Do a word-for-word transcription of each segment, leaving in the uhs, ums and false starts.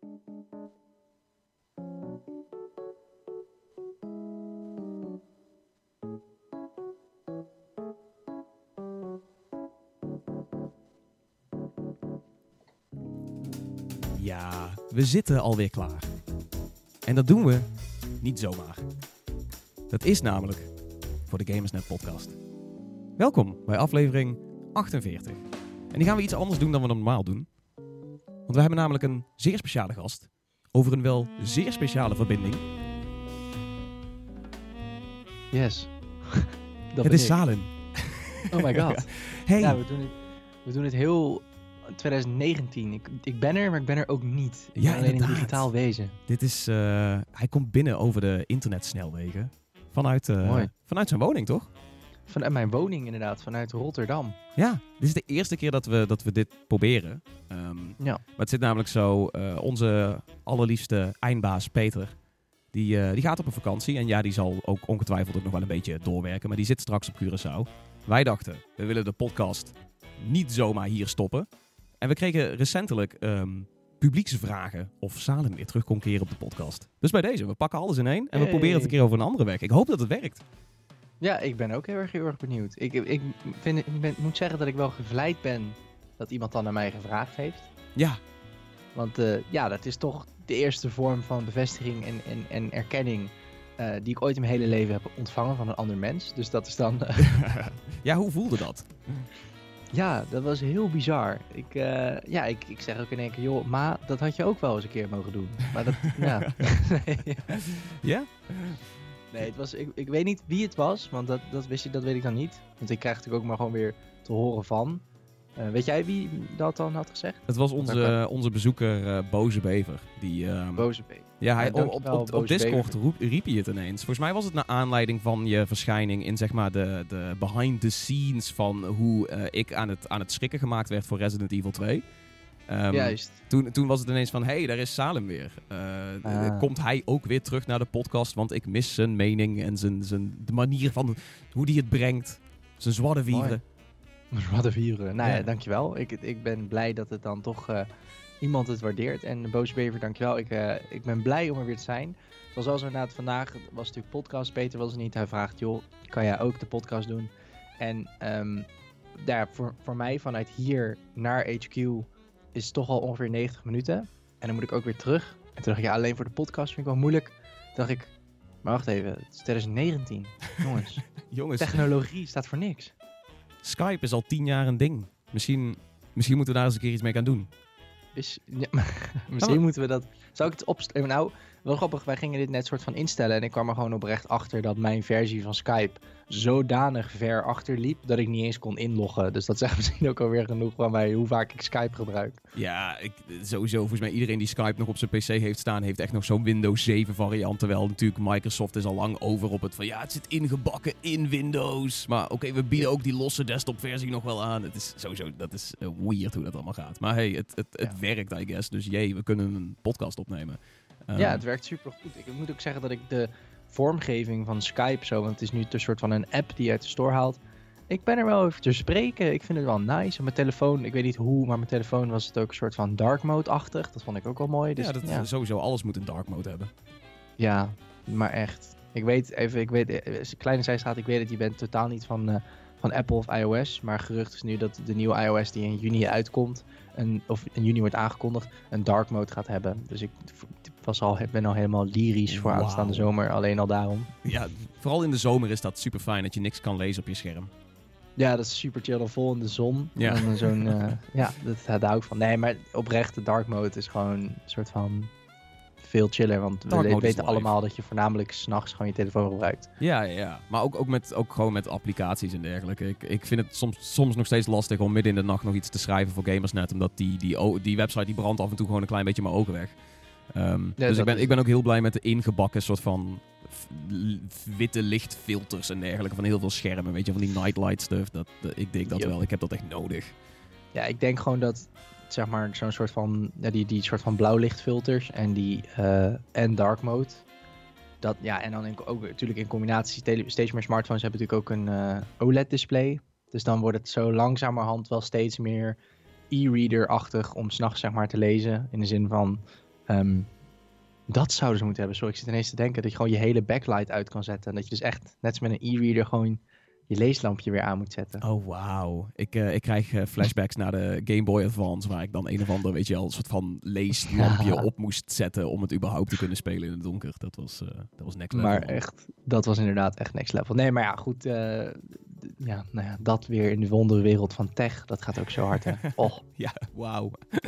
Ja, we zitten alweer klaar. En dat doen we niet zomaar. Dat is namelijk voor de Gamersnet podcast. Welkom bij aflevering achtenveertig. En die gaan we iets anders doen dan we normaal doen. Want we hebben namelijk een zeer speciale gast. Over een wel zeer speciale verbinding. Yes. Dat Het is Salin. Oh my god. Hey. Ja, we doen het, we doen het heel twintig negentien. Ik, ik ben er, maar ik ben er ook niet. Ik Ja, ben alleen inderdaad. een digitaal wezen. Dit is... Uh, hij komt binnen over de internetsnelwegen. Vanuit, uh, Mooi. vanuit zijn woning, toch? Vanuit mijn woning inderdaad, vanuit Rotterdam. Ja, dit is de eerste keer dat we, dat we dit proberen. Um, Ja. Maar het zit namelijk zo, uh, onze allerliefste eindbaas Peter, die, uh, die gaat op een vakantie. En ja, die zal ook ongetwijfeld ook nog wel een beetje doorwerken. Maar die zit straks op Curaçao. Wij dachten, we willen de podcast niet zomaar hier stoppen. En we kregen recentelijk um, publieksvragen of Salem weer terug kon keren op de podcast. Dus bij deze, we pakken alles in één en we Hey. proberen het een keer over een andere weg. Ik hoop dat het werkt. Ja, ik ben ook heel erg, heel erg benieuwd. Ik, ik, vind, ik ben, moet zeggen dat ik wel gevleid ben dat iemand dan naar mij gevraagd heeft. Ja. Want uh, ja, dat is toch de eerste vorm van bevestiging en, en, en erkenning uh, die ik ooit in mijn hele leven heb ontvangen van een ander mens. Dus dat is dan... Uh... Ja, hoe voelde dat? Ja, dat was heel bizar. Ik, uh, ja, ik, ik zeg ook in één keer, joh, ma, dat had je ook wel eens een keer mogen doen. Maar dat, ja. nee, ja. Ja? Nee, het was, ik, ik weet niet wie het was, want dat, dat, wist je, dat weet ik dan niet. Want ik krijg natuurlijk ook maar gewoon weer te horen van. Uh, weet jij wie dat dan had gezegd? Het was onze, onze bezoeker uh, Boze Bever. Die, um, Boze Bever. Ja, hij, ja op, op, op, op Discord roep, riep hij het ineens. Volgens mij was het naar aanleiding van je verschijning in zeg maar de, de behind the scenes van hoe uh, ik aan het, aan het schrikken gemaakt werd voor Resident Evil twee. Um, Juist. Toen, toen was het ineens van, hé, hey, daar is Salem weer. Uh, ah. Komt hij ook weer terug naar de podcast? Want ik mis zijn mening en zijn, zijn, de manier van hoe hij het brengt. Zijn zwarte vieren. Zwarte vieren. Nou ja, ja, dankjewel. Ik, ik ben blij dat het dan toch uh, iemand het waardeert. En Boze Bever, dankjewel. Ik, uh, ik ben blij om er weer te zijn. Zoals al zo inderdaad vandaag was natuurlijk podcast. Peter was er niet. Hij vraagt, joh, kan jij ook de podcast doen? En um, daar, voor, voor mij vanuit hier naar H Q is het toch al ongeveer negentig minuten. En dan moet ik ook weer terug. En toen dacht ik, ja, alleen voor de podcast vind ik wel moeilijk. Toen dacht ik, maar wacht even, het is twintig negentien. Jongens, Jongens, technologie staat voor niks. Skype is al tien jaar een ding. Misschien, misschien moeten we daar eens een keer iets mee gaan doen. Is, ja, misschien moeten we dat... Zou ik het opstellen? Nou, wel grappig, wij gingen dit net soort van instellen. En ik kwam er gewoon oprecht achter dat mijn versie van Skype zodanig ver achter liep dat ik niet eens kon inloggen. Dus dat zegt misschien ook alweer genoeg van mij hoe vaak ik Skype gebruik. Ja, ik, sowieso. Volgens mij iedereen die Skype nog op zijn P C heeft staan, heeft echt nog zo'n Windows zeven variant. Terwijl natuurlijk Microsoft is al lang over op het van ja, het zit ingebakken in Windows. Maar oké, okay, we bieden ook die losse desktop versie nog wel aan. Het is sowieso, dat is uh, weird hoe dat allemaal gaat. Maar hey, het, het, het ja. werkt, I guess. Dus jee, we kunnen een podcast opnemen. Um, ja, het werkt super goed. Ik moet ook zeggen dat ik de vormgeving van Skype zo, want het is nu een soort van een app die je uit de store haalt. Ik ben er wel over te spreken. Ik vind het wel nice. Op mijn telefoon, ik weet niet hoe, maar mijn telefoon was het ook een soort van dark mode-achtig. Dat vond ik ook wel mooi. Dus, ja, dat ja. sowieso alles moet een dark mode hebben. Ja, maar echt. Ik weet even, ik weet, kleine zijstraat, ik weet dat je bent totaal niet van, uh, van Apple of iOS. Maar gerucht is nu dat de nieuwe iOS die in juni uitkomt, een, of in juni wordt aangekondigd, een dark mode gaat hebben. Dus ik was al, ben al helemaal lyrisch voor wow. aanstaande zomer, alleen al daarom. Ja, vooral in de zomer is dat super fijn dat je niks kan lezen op je scherm. Ja, dat is super chill, dan vol in de zon. Ja, en zo'n, uh, ja dat, daar hou ik van. Nee, maar oprecht, de dark mode is gewoon een soort van veel chiller. Want dark we weten allemaal dat je voornamelijk 's nachts gewoon je telefoon gebruikt. Ja, ja. Maar ook, ook, met, ook gewoon met applicaties en dergelijke. Ik, ik vind het soms, soms nog steeds lastig om midden in de nacht nog iets te schrijven voor Gamersnet. Omdat die, die, die website die brandt af en toe gewoon een klein beetje mijn ogen weg. Um, ja, dus ik ben, ik ben ook heel blij met de ingebakken soort van f- witte lichtfilters en dergelijke van heel veel schermen. Weet je, van die nightlight stuff. Dat, dat, ik denk dat yep. wel. Ik heb dat echt nodig. Ja, ik denk gewoon dat, zeg maar, zo'n soort van, ja, die, die soort van blauwlichtfilters en die, uh, en dark mode. Dat, ja, en dan in, ook natuurlijk in combinatie, tele, steeds meer smartphones hebben natuurlijk ook een uh, O L E D-display. Dus dan wordt het zo langzamerhand wel steeds meer e-reader-achtig om 's nachts zeg maar te lezen. In de zin van, Um, dat zouden ze moeten hebben. Zo, ik zit ineens te denken dat je gewoon je hele backlight uit kan zetten. En dat je dus echt, net als met een e-reader, gewoon je leeslampje weer aan moet zetten. Oh, wauw. Ik, uh, ik krijg uh, flashbacks naar de Game Boy Advance, waar ik dan een of ander, weet je wel, een soort van leeslampje ja. op moest zetten om het überhaupt te kunnen spelen in het donker. Dat was, uh, dat was next level. Maar echt, dat was inderdaad echt next level. Nee, maar ja, goed. Uh, ja, nou ja, dat weer in de wonderwereld van tech, dat gaat ook zo hard, hè. Oh. Ja, wauw.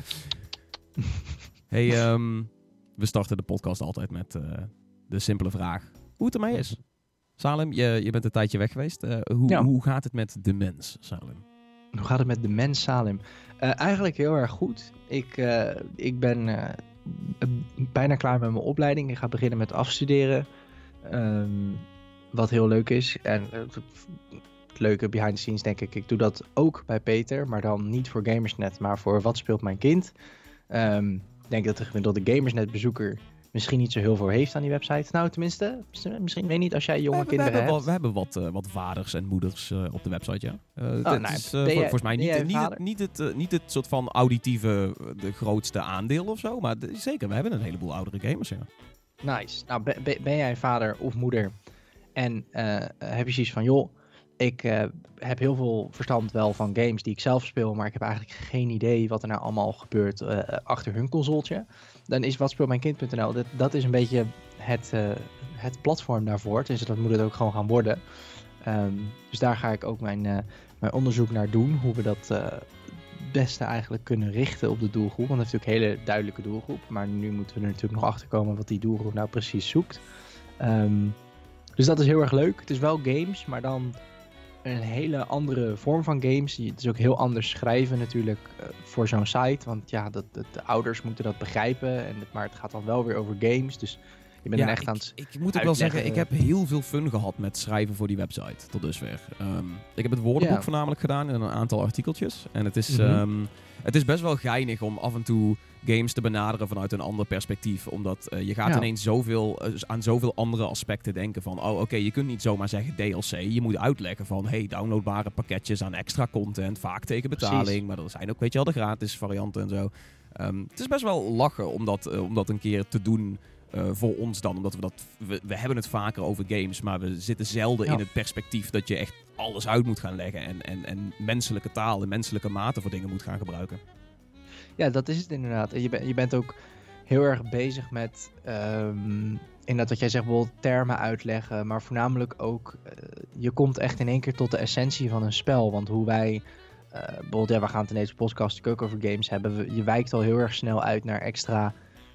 Hey, um, we starten de podcast altijd met uh, de simpele vraag hoe het ermee is. Salem, je, je bent een tijdje weg geweest. Uh, hoe, ja. hoe gaat het met de mens, Salem? Hoe gaat het met de mens, Salem? Uh, eigenlijk heel erg goed. Ik, uh, ik ben uh, bijna klaar met mijn opleiding. Ik ga beginnen met afstuderen. Um, wat heel leuk is. En uh, het leuke behind the scenes denk ik. Ik doe dat ook bij Peter. Maar dan niet voor Gamersnet. Maar voor Wat Speelt Mijn Kind. Um, ik denk dat de gemiddelde Gamersnet bezoeker misschien niet zo heel veel heeft aan die website. Nou, tenminste, misschien, weet niet, als jij jonge we, kinderen we hebben hebt. Wat, we hebben wat, uh, wat vaders en moeders uh, op de website, ja. Uh, oh, dat nou, is uh, voor, volgens mij niet, niet, het, niet, het, uh, niet het soort van auditieve, uh, de grootste aandeel of zo. Maar de, zeker, we hebben een heleboel oudere gamers, ja. Nice. Nou, ben, ben jij vader of moeder en uh, heb je zoiets van, joh, ik uh, heb heel veel verstand wel van games die ik zelf speel, maar ik heb eigenlijk geen idee wat er nou allemaal gebeurt uh, achter hun consoletje. Dan is watspeeltmijnkind punt n l, dat, dat is een beetje het, uh, het platform daarvoor. Dus dat moet het ook gewoon gaan worden. Um, dus daar ga ik ook mijn, uh, mijn onderzoek naar doen. Hoe we dat uh, beste eigenlijk kunnen richten op de doelgroep. Want het heeft natuurlijk een hele duidelijke doelgroep. Maar nu moeten we er natuurlijk nog achter komen wat die doelgroep nou precies zoekt. Um, dus dat is heel erg leuk. Het is wel games, maar dan een hele andere vorm van games. Het is ook heel anders schrijven natuurlijk uh, voor zo'n site. Want ja, dat, dat, de ouders moeten dat begrijpen. En het, maar het gaat dan wel weer over games. Dus je bent ja, dan echt ik, aan het Ik moet ook wel zeggen, ik heb heel veel fun gehad met schrijven voor die website tot dusver. Um, ik heb het woordenboek ja. voornamelijk gedaan in een aantal artikeltjes. En het is, mm-hmm. um, het is best wel geinig om af en toe games te benaderen vanuit een ander perspectief. Omdat uh, je gaat ja. ineens zoveel, uh, aan zoveel andere aspecten denken van, oh oké, okay, je kunt niet zomaar zeggen D L C. Je moet uitleggen van, hey, downloadbare pakketjes aan extra content, vaak tegen betaling. Precies. Maar er zijn ook, weet je wel, de gratis varianten en zo. Um, het is best wel lachen om dat, uh, om dat een keer te doen uh, voor ons dan. Omdat we dat, we, we hebben het vaker over games, maar we zitten zelden ja. in het perspectief dat je echt alles uit moet gaan leggen. En, en, en menselijke taal en menselijke maten voor dingen moet gaan gebruiken. Ja, dat is het inderdaad. En je, ben, je bent ook heel erg bezig met, um, inderdaad wat jij zegt, bijvoorbeeld termen uitleggen, maar voornamelijk ook, uh, je komt echt in één keer tot de essentie van een spel. Want hoe wij, uh, bijvoorbeeld, ja, we gaan het in deze podcast ook over games hebben, we, je wijkt al heel erg snel uit naar extra,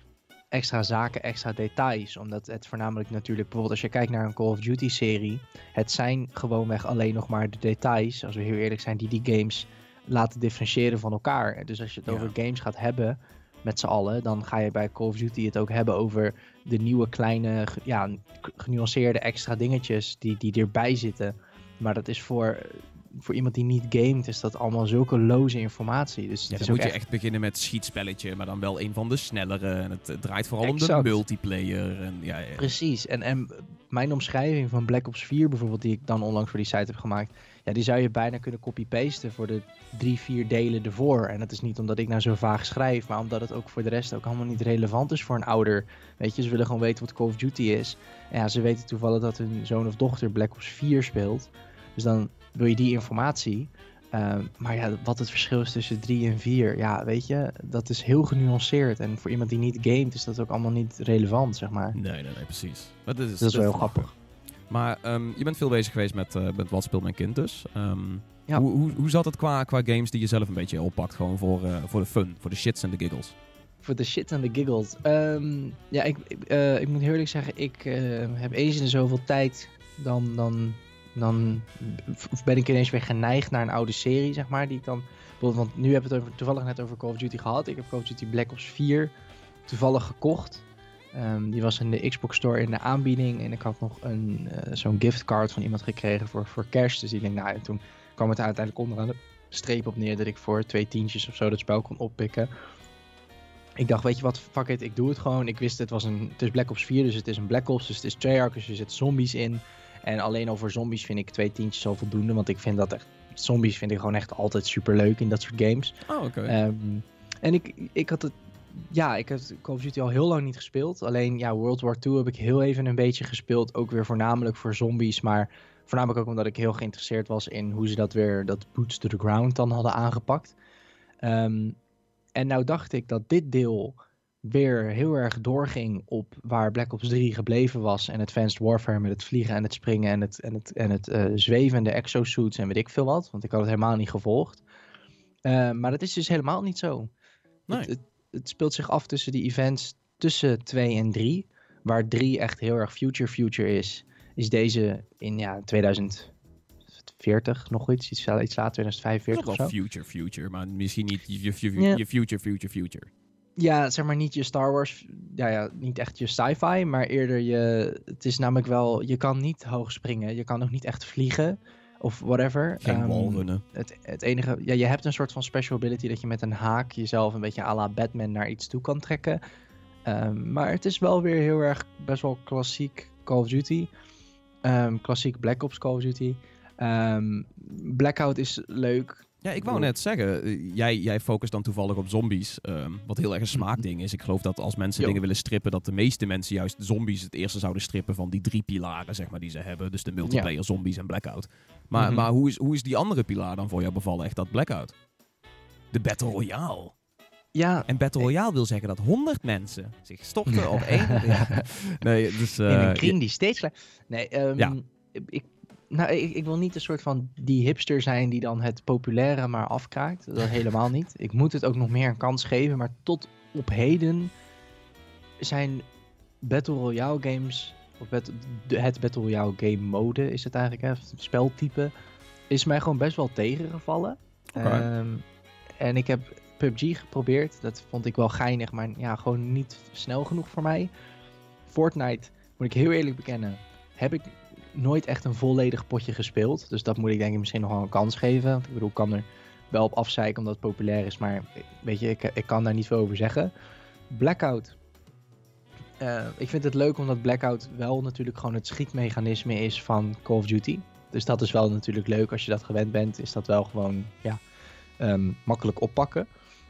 extra zaken, extra details. Omdat het voornamelijk natuurlijk, bijvoorbeeld als je kijkt naar een Call of Duty serie, het zijn gewoonweg alleen nog maar de details, als we heel eerlijk zijn, die die games laten differentiëren van elkaar. Dus als je het ja. over games gaat hebben met z'n allen, dan ga je bij Call of Duty het ook hebben over de nieuwe kleine, ja, genuanceerde extra dingetjes die, die erbij zitten. Maar dat is voor, voor iemand die niet gamet, is dat allemaal zulke loze informatie. Dus ja, dan moet je echt... echt beginnen met schietspelletje, maar dan wel een van de snellere. En het draait vooral exact. om de multiplayer. En, ja, ja. Precies. En, en mijn omschrijving van Black Ops vier bijvoorbeeld, die ik dan onlangs voor die site heb gemaakt, ja, die zou je bijna kunnen copy-pasten voor de drie, vier delen ervoor. En dat is niet omdat ik nou zo vaag schrijf, maar omdat het ook voor de rest ook allemaal niet relevant is voor een ouder. Weet je, ze willen gewoon weten wat Call of Duty is. En ja, ze weten toevallig dat hun zoon of dochter Black Ops vier speelt. Dus dan wil je die informatie. Uh, maar ja, wat het verschil is tussen drie en vier, ja, weet je, dat is heel genuanceerd. En voor iemand die niet gamet is dat ook allemaal niet relevant, zeg maar. Nee, nee, nee, precies. Maar dat is, dat is wel heel grappig. Maar um, je bent veel bezig geweest met, uh, met Wat Speelt Mijn Kind dus. Um, ja. hoe, hoe, hoe zat het qua, qua games die je zelf een beetje oppakt? Gewoon voor, uh, voor de fun, voor de shits en de giggles? Voor de shits en de giggles? Um, ja, ik, uh, ik moet heel eerlijk zeggen, ik uh, heb eens in de zoveel tijd, dan, dan, dan ben ik ineens weer geneigd naar een oude serie, zeg maar. Die ik dan, want nu hebben we het over, toevallig net over Call of Duty gehad. Ik heb Call of Duty Black Ops vier toevallig gekocht. Um, die was in de Xbox Store in de aanbieding. En ik had nog een, uh, zo'n giftcard van iemand gekregen voor, voor cash. Dus ik denk, nou, en toen kwam het uiteindelijk onderaan de streep op neer dat ik voor twee tientjes of zo dat spel kon oppikken. Ik dacht, weet je wat, fuck it, ik doe het gewoon. Ik wist, het was een, het is Black Ops vier, dus het is een Black Ops, dus het is Treyarch, dus er zitten zombies in. En alleen al voor zombies vind ik twee tientjes al voldoende, want ik vind dat echt, zombies vind ik gewoon echt altijd super leuk in dat soort games. Oh, oké. Okay. Um, en ik, ik had het ja, ik heb Call of Duty al heel lang niet gespeeld. Alleen ja, World War Two heb ik heel even een beetje gespeeld. Ook weer voornamelijk voor zombies. Maar voornamelijk ook omdat ik heel geïnteresseerd was in hoe ze dat weer, dat boots to the ground dan hadden aangepakt. Um, en nou dacht ik dat dit deel weer heel erg doorging op waar Black Ops drie gebleven was. En Advanced Warfare met het vliegen en het springen en het, en het, en het uh, zweven en de exosuits en weet ik veel wat. Want ik had het helemaal niet gevolgd. Uh, maar dat is dus helemaal niet zo. Nee. Het, het, het speelt zich af tussen die events tussen twee en drie. Waar drie echt heel erg future future is. Is deze in ja, tweeduizend veertig nog iets. Iets, iets later, tweeduizend vijfenveertig of zo. wel future future, maar misschien niet je, je, je, Ja. je future future future. Ja, zeg maar niet je Star Wars, ja, ja, niet echt je sci-fi, maar eerder je, het is namelijk wel, je kan niet hoog springen, je kan ook niet echt vliegen of whatever. Geen um, wallrunnen. Het, het enige, ja, je hebt een soort van special ability dat je met een haak jezelf een beetje à la Batman naar iets toe kan trekken. Um, maar het is wel weer heel erg best wel klassiek Call of Duty, um, klassiek Black Ops Call of Duty. Um, Blackout is leuk. Ja, ik wou net zeggen, uh, jij, jij focust dan toevallig op zombies, um, wat heel erg een smaakding is. Ik geloof dat als mensen Yo. dingen willen strippen, dat de meeste mensen juist zombies het eerste zouden strippen van die drie pilaren, zeg maar, die ze hebben. Dus de multiplayer, Ja. zombies en Blackout. Maar, Mm-hmm. maar hoe, is, hoe is die andere pilaar dan voor jou bevallen, echt dat Blackout? De Battle Royale. Ja. En Battle Royale wil zeggen dat honderd mensen zich storten op één... ja. Nee, dus... Uh, in een kring die steeds klein... Nee, um, Ja. ik, nou, ik, ik wil niet een soort van die hipster zijn die dan het populaire maar afkraakt. Dat helemaal niet. Ik moet het ook nog meer een kans geven. Maar tot op heden zijn Battle Royale games... Of bat, de, het Battle Royale game mode is het eigenlijk, hè, het speltype... Is mij gewoon best wel tegengevallen. Okay. Um, en ik heb P U B G geprobeerd. Dat vond ik wel geinig, maar ja, gewoon niet snel genoeg voor mij. Fortnite, moet ik heel eerlijk bekennen, heb ik nooit echt een volledig potje gespeeld. Dus dat moet ik denk ik misschien nog wel een kans geven. Want ik bedoel, ik kan er wel op afzeiken omdat het populair is. Maar weet je, ik, ik kan daar niet veel over zeggen. Blackout. Uh, ik vind het leuk omdat Blackout wel natuurlijk gewoon het schietmechanisme is van Call of Duty. Dus dat is wel natuurlijk leuk. Als je dat gewend bent, is dat wel gewoon ja, um, makkelijk oppakken.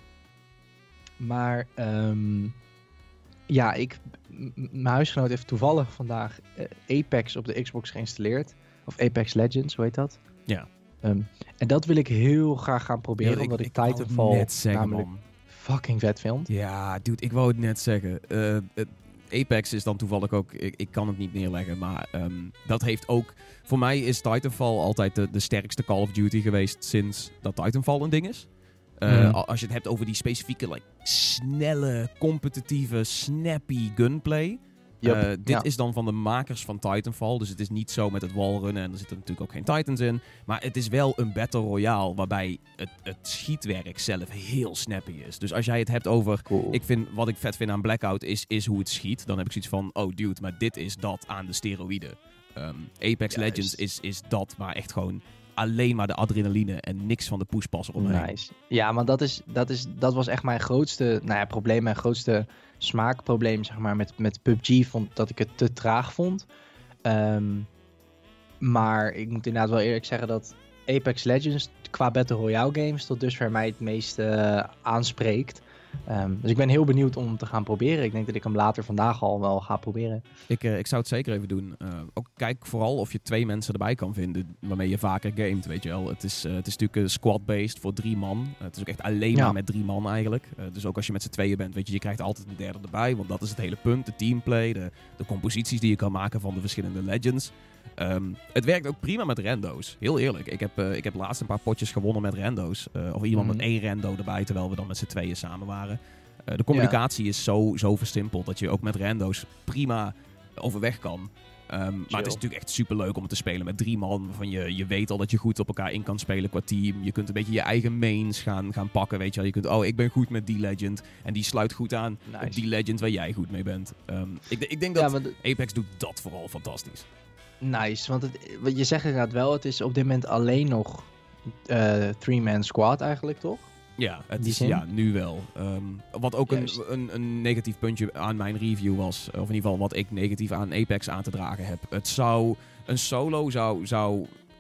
Maar um, ja, ik, m- mijn huisgenoot heeft toevallig vandaag uh, Apex op de Xbox geïnstalleerd. Of Apex Legends, hoe heet dat? Ja. Um, en dat wil ik heel graag gaan proberen, ja, omdat ik, ik Titanfall net zeggen, namelijk man. fucking vet vind. Ja, dude, ik wou het net zeggen. Uh, het, Apex is dan toevallig ook, ik, ik kan het niet neerleggen, maar um, dat heeft ook... Voor mij is Titanfall altijd de, de sterkste Call of Duty geweest sinds dat Titanfall een ding is. Uh, mm. Als je het hebt over die specifieke, like, snelle, competitieve, snappy gunplay. Yep, uh, dit ja. is dan van de makers van Titanfall. Dus het is niet zo met het wallrunnen. En er zitten natuurlijk ook geen Titans in. Maar het is wel een Battle Royale waarbij het, het schietwerk zelf heel snappy is. Dus als jij het hebt over... Cool. Ik vind, wat ik vet vind aan Blackout is, is hoe het schiet. Dan heb ik zoiets van... Oh dude, maar dit is dat aan de steroïden. Um, Apex ja, Legends is, is dat, maar echt gewoon... Alleen maar de adrenaline en niks van de pushpas eromheen. Nice. Ja, maar dat, is, dat, is, dat was echt mijn grootste nou ja, probleem. Mijn grootste smaakprobleem zeg maar, met, met P U B G. Vond dat ik het te traag vond. Um, maar ik moet inderdaad wel eerlijk zeggen dat Apex Legends qua Battle Royale games tot dusver mij het meest uh, aanspreekt. Um, dus ik ben heel benieuwd om hem te gaan proberen. Ik denk dat ik hem later vandaag al wel ga proberen. Ik, uh, ik zou het zeker even doen. Uh, ook kijk vooral of je twee mensen erbij kan vinden waarmee je vaker gamet, weet je wel. Het is, uh, het is natuurlijk uh, squad-based voor drie man. Uh, het is ook echt alleen ja. maar met drie man eigenlijk. Uh, dus ook als je met z'n tweeën bent, weet je, je krijgt altijd een derde erbij. Want dat is het hele punt. De teamplay, de, de composities die je kan maken van de verschillende legends. Um, het werkt ook prima met rando's. Heel eerlijk. Ik heb, uh, ik heb laatst een paar potjes gewonnen met rando's. Uh, of iemand mm-hmm. met één rando erbij, terwijl we dan met z'n tweeën samen waren. Uh, de communicatie ja. is zo, zo versimpeld dat je ook met rando's prima overweg kan. Um, maar het is natuurlijk echt superleuk om te spelen met drie man. Waarvan je, je weet al dat je goed op elkaar in kan spelen qua team. Je kunt een beetje je eigen mains gaan, gaan pakken. Weet je wel. Je kunt, oh, ik ben goed met die legend. En die sluit goed aan nice. op die legend waar jij goed mee bent. Um, ik, ik denk dat ja, de... Apex doet dat vooral fantastisch. Nice, want het, wat je zegt inderdaad wel, het is op dit moment alleen nog uh, three-man squad eigenlijk, toch? Ja, het is, ja, nu wel. Um, wat ook een, een, een negatief puntje aan mijn review was, of in ieder geval wat ik negatief aan Apex aan te dragen heb. Het zou, een solo zou, zou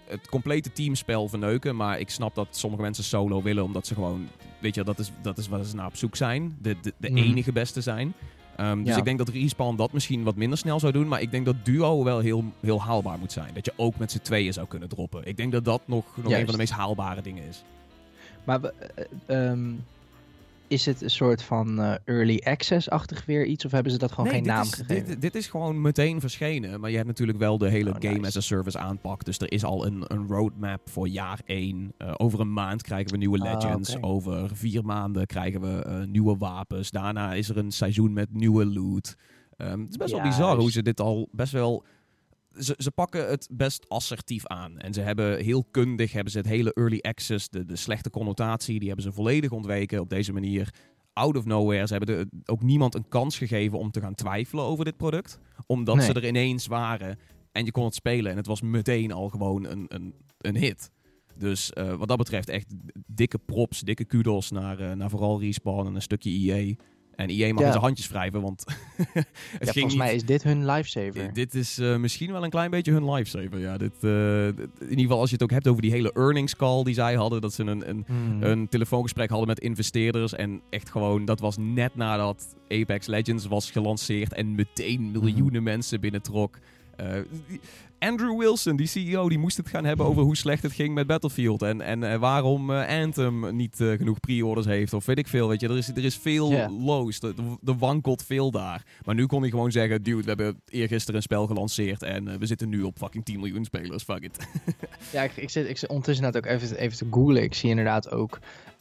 het complete teamspel verneuken. Maar ik snap dat sommige mensen solo willen, omdat ze gewoon, weet je, dat is, dat is waar ze naar op zoek zijn. De, de, de mm. enige beste zijn. Um, dus ja. ik denk dat Respawn dat misschien wat minder snel zou doen. Maar ik denk dat duo wel heel, heel haalbaar moet zijn. Dat je ook met z'n tweeën zou kunnen droppen. Ik denk dat dat nog, nog een van de meest haalbare dingen is. Maar uh, um, is het een soort van uh, early access-achtig weer iets? Of hebben ze dat gewoon nee, geen naam is, gegeven? Dit, dit is gewoon meteen verschenen. Maar je hebt natuurlijk wel de hele oh, game nice. as a service aanpak. Dus er is al een, een roadmap voor jaar één. Uh, over een maand krijgen we nieuwe legends. Ah, okay. Over vier maanden krijgen we uh, nieuwe wapens. Daarna is er een seizoen met nieuwe loot. Um, het is best ja, wel bizar dus... hoe ze dit al best wel... Ze, ze pakken het best assertief aan. En ze hebben heel kundig, hebben ze het hele early access, de, de slechte connotatie, die hebben ze volledig ontweken op deze manier. Out of nowhere. Ze hebben de, ook niemand een kans gegeven om te gaan twijfelen over dit product. Omdat nee. ze er ineens waren en je kon het spelen. En het was meteen al gewoon een, een, een hit. Dus uh, wat dat betreft echt dikke props, dikke kudos naar, uh, naar vooral Respawn en een stukje E A. En E A mag ja. in zijn handjes wrijven, want het ja, ging volgens niet... mij is dit hun lifesaver. D- dit is uh, misschien wel een klein beetje hun lifesaver, ja. Dit, uh, in ieder geval als je het ook hebt over die hele earnings call die zij hadden. Dat ze een, een, hmm. een telefoongesprek hadden met investeerders. En echt gewoon, dat was net nadat Apex Legends was gelanceerd. En meteen miljoenen hmm. mensen binnentrok. Uh, Andrew Wilson, die C E O, die moest het gaan hebben over hoe slecht het ging met Battlefield. En, en uh, waarom uh, Anthem niet uh, genoeg pre-orders heeft. Of weet ik veel, weet je. Er is, er is veel yeah. los. Er, er wankelt veel daar. Maar nu kon hij gewoon zeggen, dude, we hebben eergisteren een spel gelanceerd. En uh, we zitten nu op fucking tien miljoen spelers. Fuck it. ja, ik, ik, zit, ik zit ondertussen inderdaad ook even, even te googlen. Ik zie inderdaad ook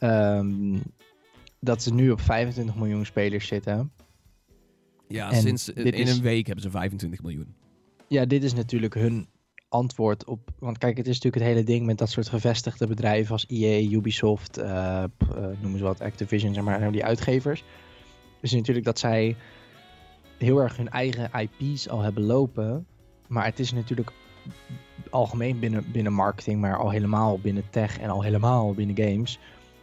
um, dat ze nu op vijfentwintig miljoen spelers zitten. Ja, en sinds in is... een week hebben ze vijfentwintig miljoen. Ja, dit is natuurlijk hun antwoord op... Want kijk, het is natuurlijk het hele ding met dat soort gevestigde bedrijven als E A, Ubisoft, uh, uh, noemen ze wat, Activision, zeg maar, die uitgevers. Dus natuurlijk dat zij heel erg hun eigen I P's al hebben lopen. Maar het is natuurlijk algemeen binnen, binnen marketing, maar al helemaal binnen tech en al helemaal binnen games.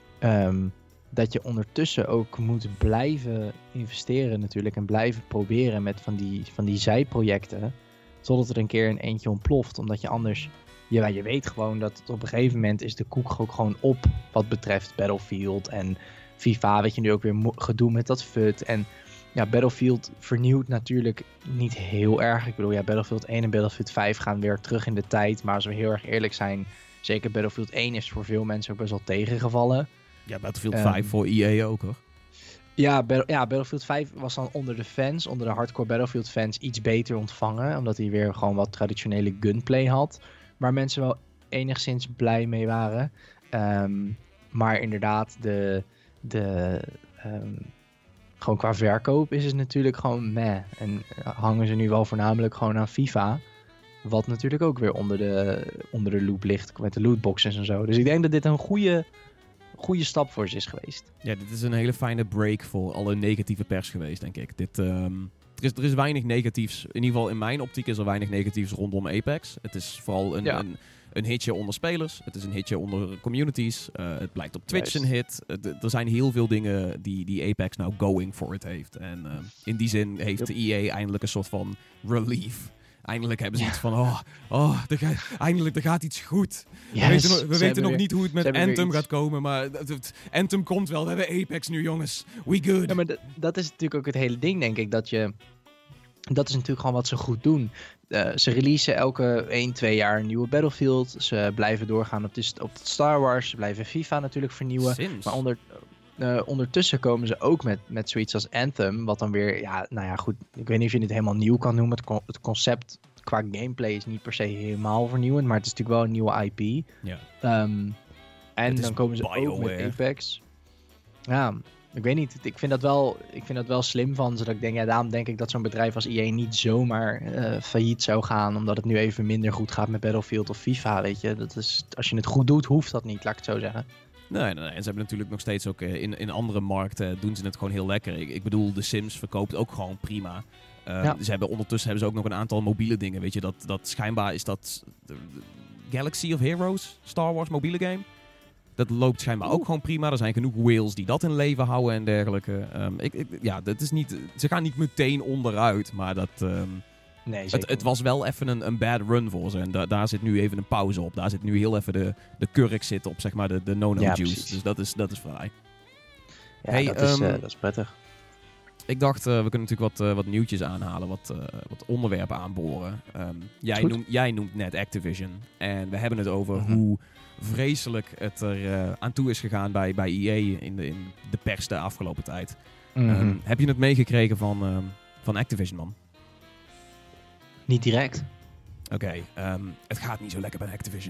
Um, dat je ondertussen ook moet blijven investeren natuurlijk en blijven proberen met van die, van die zijprojecten. Totdat er een keer een eentje ontploft. Omdat je anders... Ja, je weet gewoon dat op een gegeven moment is de koek ook gewoon op. Wat betreft Battlefield en FIFA. Weet je, nu ook weer mo- gedoe met dat F U T. En ja, Battlefield vernieuwt natuurlijk niet heel erg. Ik bedoel, ja, Battlefield één en Battlefield vijf gaan weer terug in de tijd. Maar als we heel erg eerlijk zijn... Zeker Battlefield één is voor veel mensen ook best wel tegengevallen. Ja, Battlefield um, vijf voor E A ook, hoor. Ja, Battle, ja, Battlefield vijf was dan onder de fans, onder de hardcore Battlefield fans, iets beter ontvangen. Omdat hij weer gewoon wat traditionele gunplay had. Waar mensen wel enigszins blij mee waren. Um, maar inderdaad, de, de, um, gewoon qua verkoop is het natuurlijk gewoon meh. En hangen ze nu wel voornamelijk gewoon aan FIFA. Wat natuurlijk ook weer onder de, onder de loop ligt met de lootboxes en zo. Dus ik denk dat dit een goede... goede stap voor ze is geweest. Ja, dit is een hele fijne break voor alle negatieve pers geweest, denk ik. Dit, um, er, is, er is weinig negatiefs. In ieder geval in mijn optiek is er weinig negatiefs rondom Apex. Het is vooral een, ja. een, een hitje onder spelers. Het is een hitje onder communities. Uh, het blijkt op Twitch Juist. een hit. Uh, d- er zijn heel veel dingen die, die Apex nou going for it heeft. En uh, in die zin heeft yep. E A eindelijk een soort van relief. Eindelijk hebben ze ja. iets van, oh, oh er ga, eindelijk, er gaat iets goed. Yes, we weten, nog, we weten nog weer, niet hoe het met Anthem gaat komen, maar het, het, Anthem komt wel. We hebben Apex nu, jongens. We good. Ja, maar d- dat is natuurlijk ook het hele ding, denk ik, dat je... Dat is natuurlijk gewoon wat ze goed doen. Uh, ze releasen elke één, twee jaar een nieuwe Battlefield. Ze blijven doorgaan op, de, op Star Wars. Ze blijven FIFA natuurlijk vernieuwen. Sims. Maar onder... Uh, ondertussen komen ze ook met, met zoiets als Anthem, wat dan weer, ja, nou ja, goed, ik weet niet of je het helemaal nieuw kan noemen. Het, con- het concept qua gameplay is niet per se helemaal vernieuwend, maar het is natuurlijk wel een nieuwe I P. Ja. Um, en dan komen ze BioWare. ook met Apex. Ja, ik weet niet, ik vind dat wel, ik vind dat wel slim van, zodat ik denk, ja, daarom denk ik dat zo'n bedrijf als E A niet zomaar uh, failliet zou gaan, omdat het nu even minder goed gaat met Battlefield of FIFA, weet je. Dat is, als je het goed doet, hoeft dat niet, laat ik het zo zeggen. Nee, nee, nee. En ze hebben natuurlijk nog steeds ook uh, in, in andere markten doen ze het gewoon heel lekker. Ik, ik bedoel, The Sims verkoopt ook gewoon prima. Uh, ja. Ze hebben ondertussen hebben ze ook nog een aantal mobiele dingen. Weet je, dat, dat schijnbaar is dat de, de Galaxy of Heroes, Star Wars mobiele game. Dat loopt schijnbaar ook gewoon prima. Er zijn genoeg whales die dat in leven houden en dergelijke. Um, ik, ik, ja, dat is niet, ze gaan niet meteen onderuit, maar dat... Um, Nee, Het, zeker het was wel even een, een bad run voor ze. En da- daar zit nu even een pauze op. Daar zit nu heel even de, de kurk zitten op, zeg maar, de, de no-no Ja, juice. precies. Dus dat is, dat is fraai. Ja, Hey, dat, is, um, uh, dat is prettig. Ik dacht, uh, we kunnen natuurlijk wat, uh, wat nieuwtjes aanhalen, wat, uh, wat onderwerpen aanboren. Um, jij, noemt, jij noemt net Activision. En we hebben het over mm-hmm. hoe vreselijk het er uh, aan toe is gegaan bij, bij E A in de, in de pers de afgelopen tijd. Mm-hmm. Um, heb je het meegekregen van, um, van Activision, man? Niet direct. Oké, okay, um, het gaat niet zo lekker bij Activision.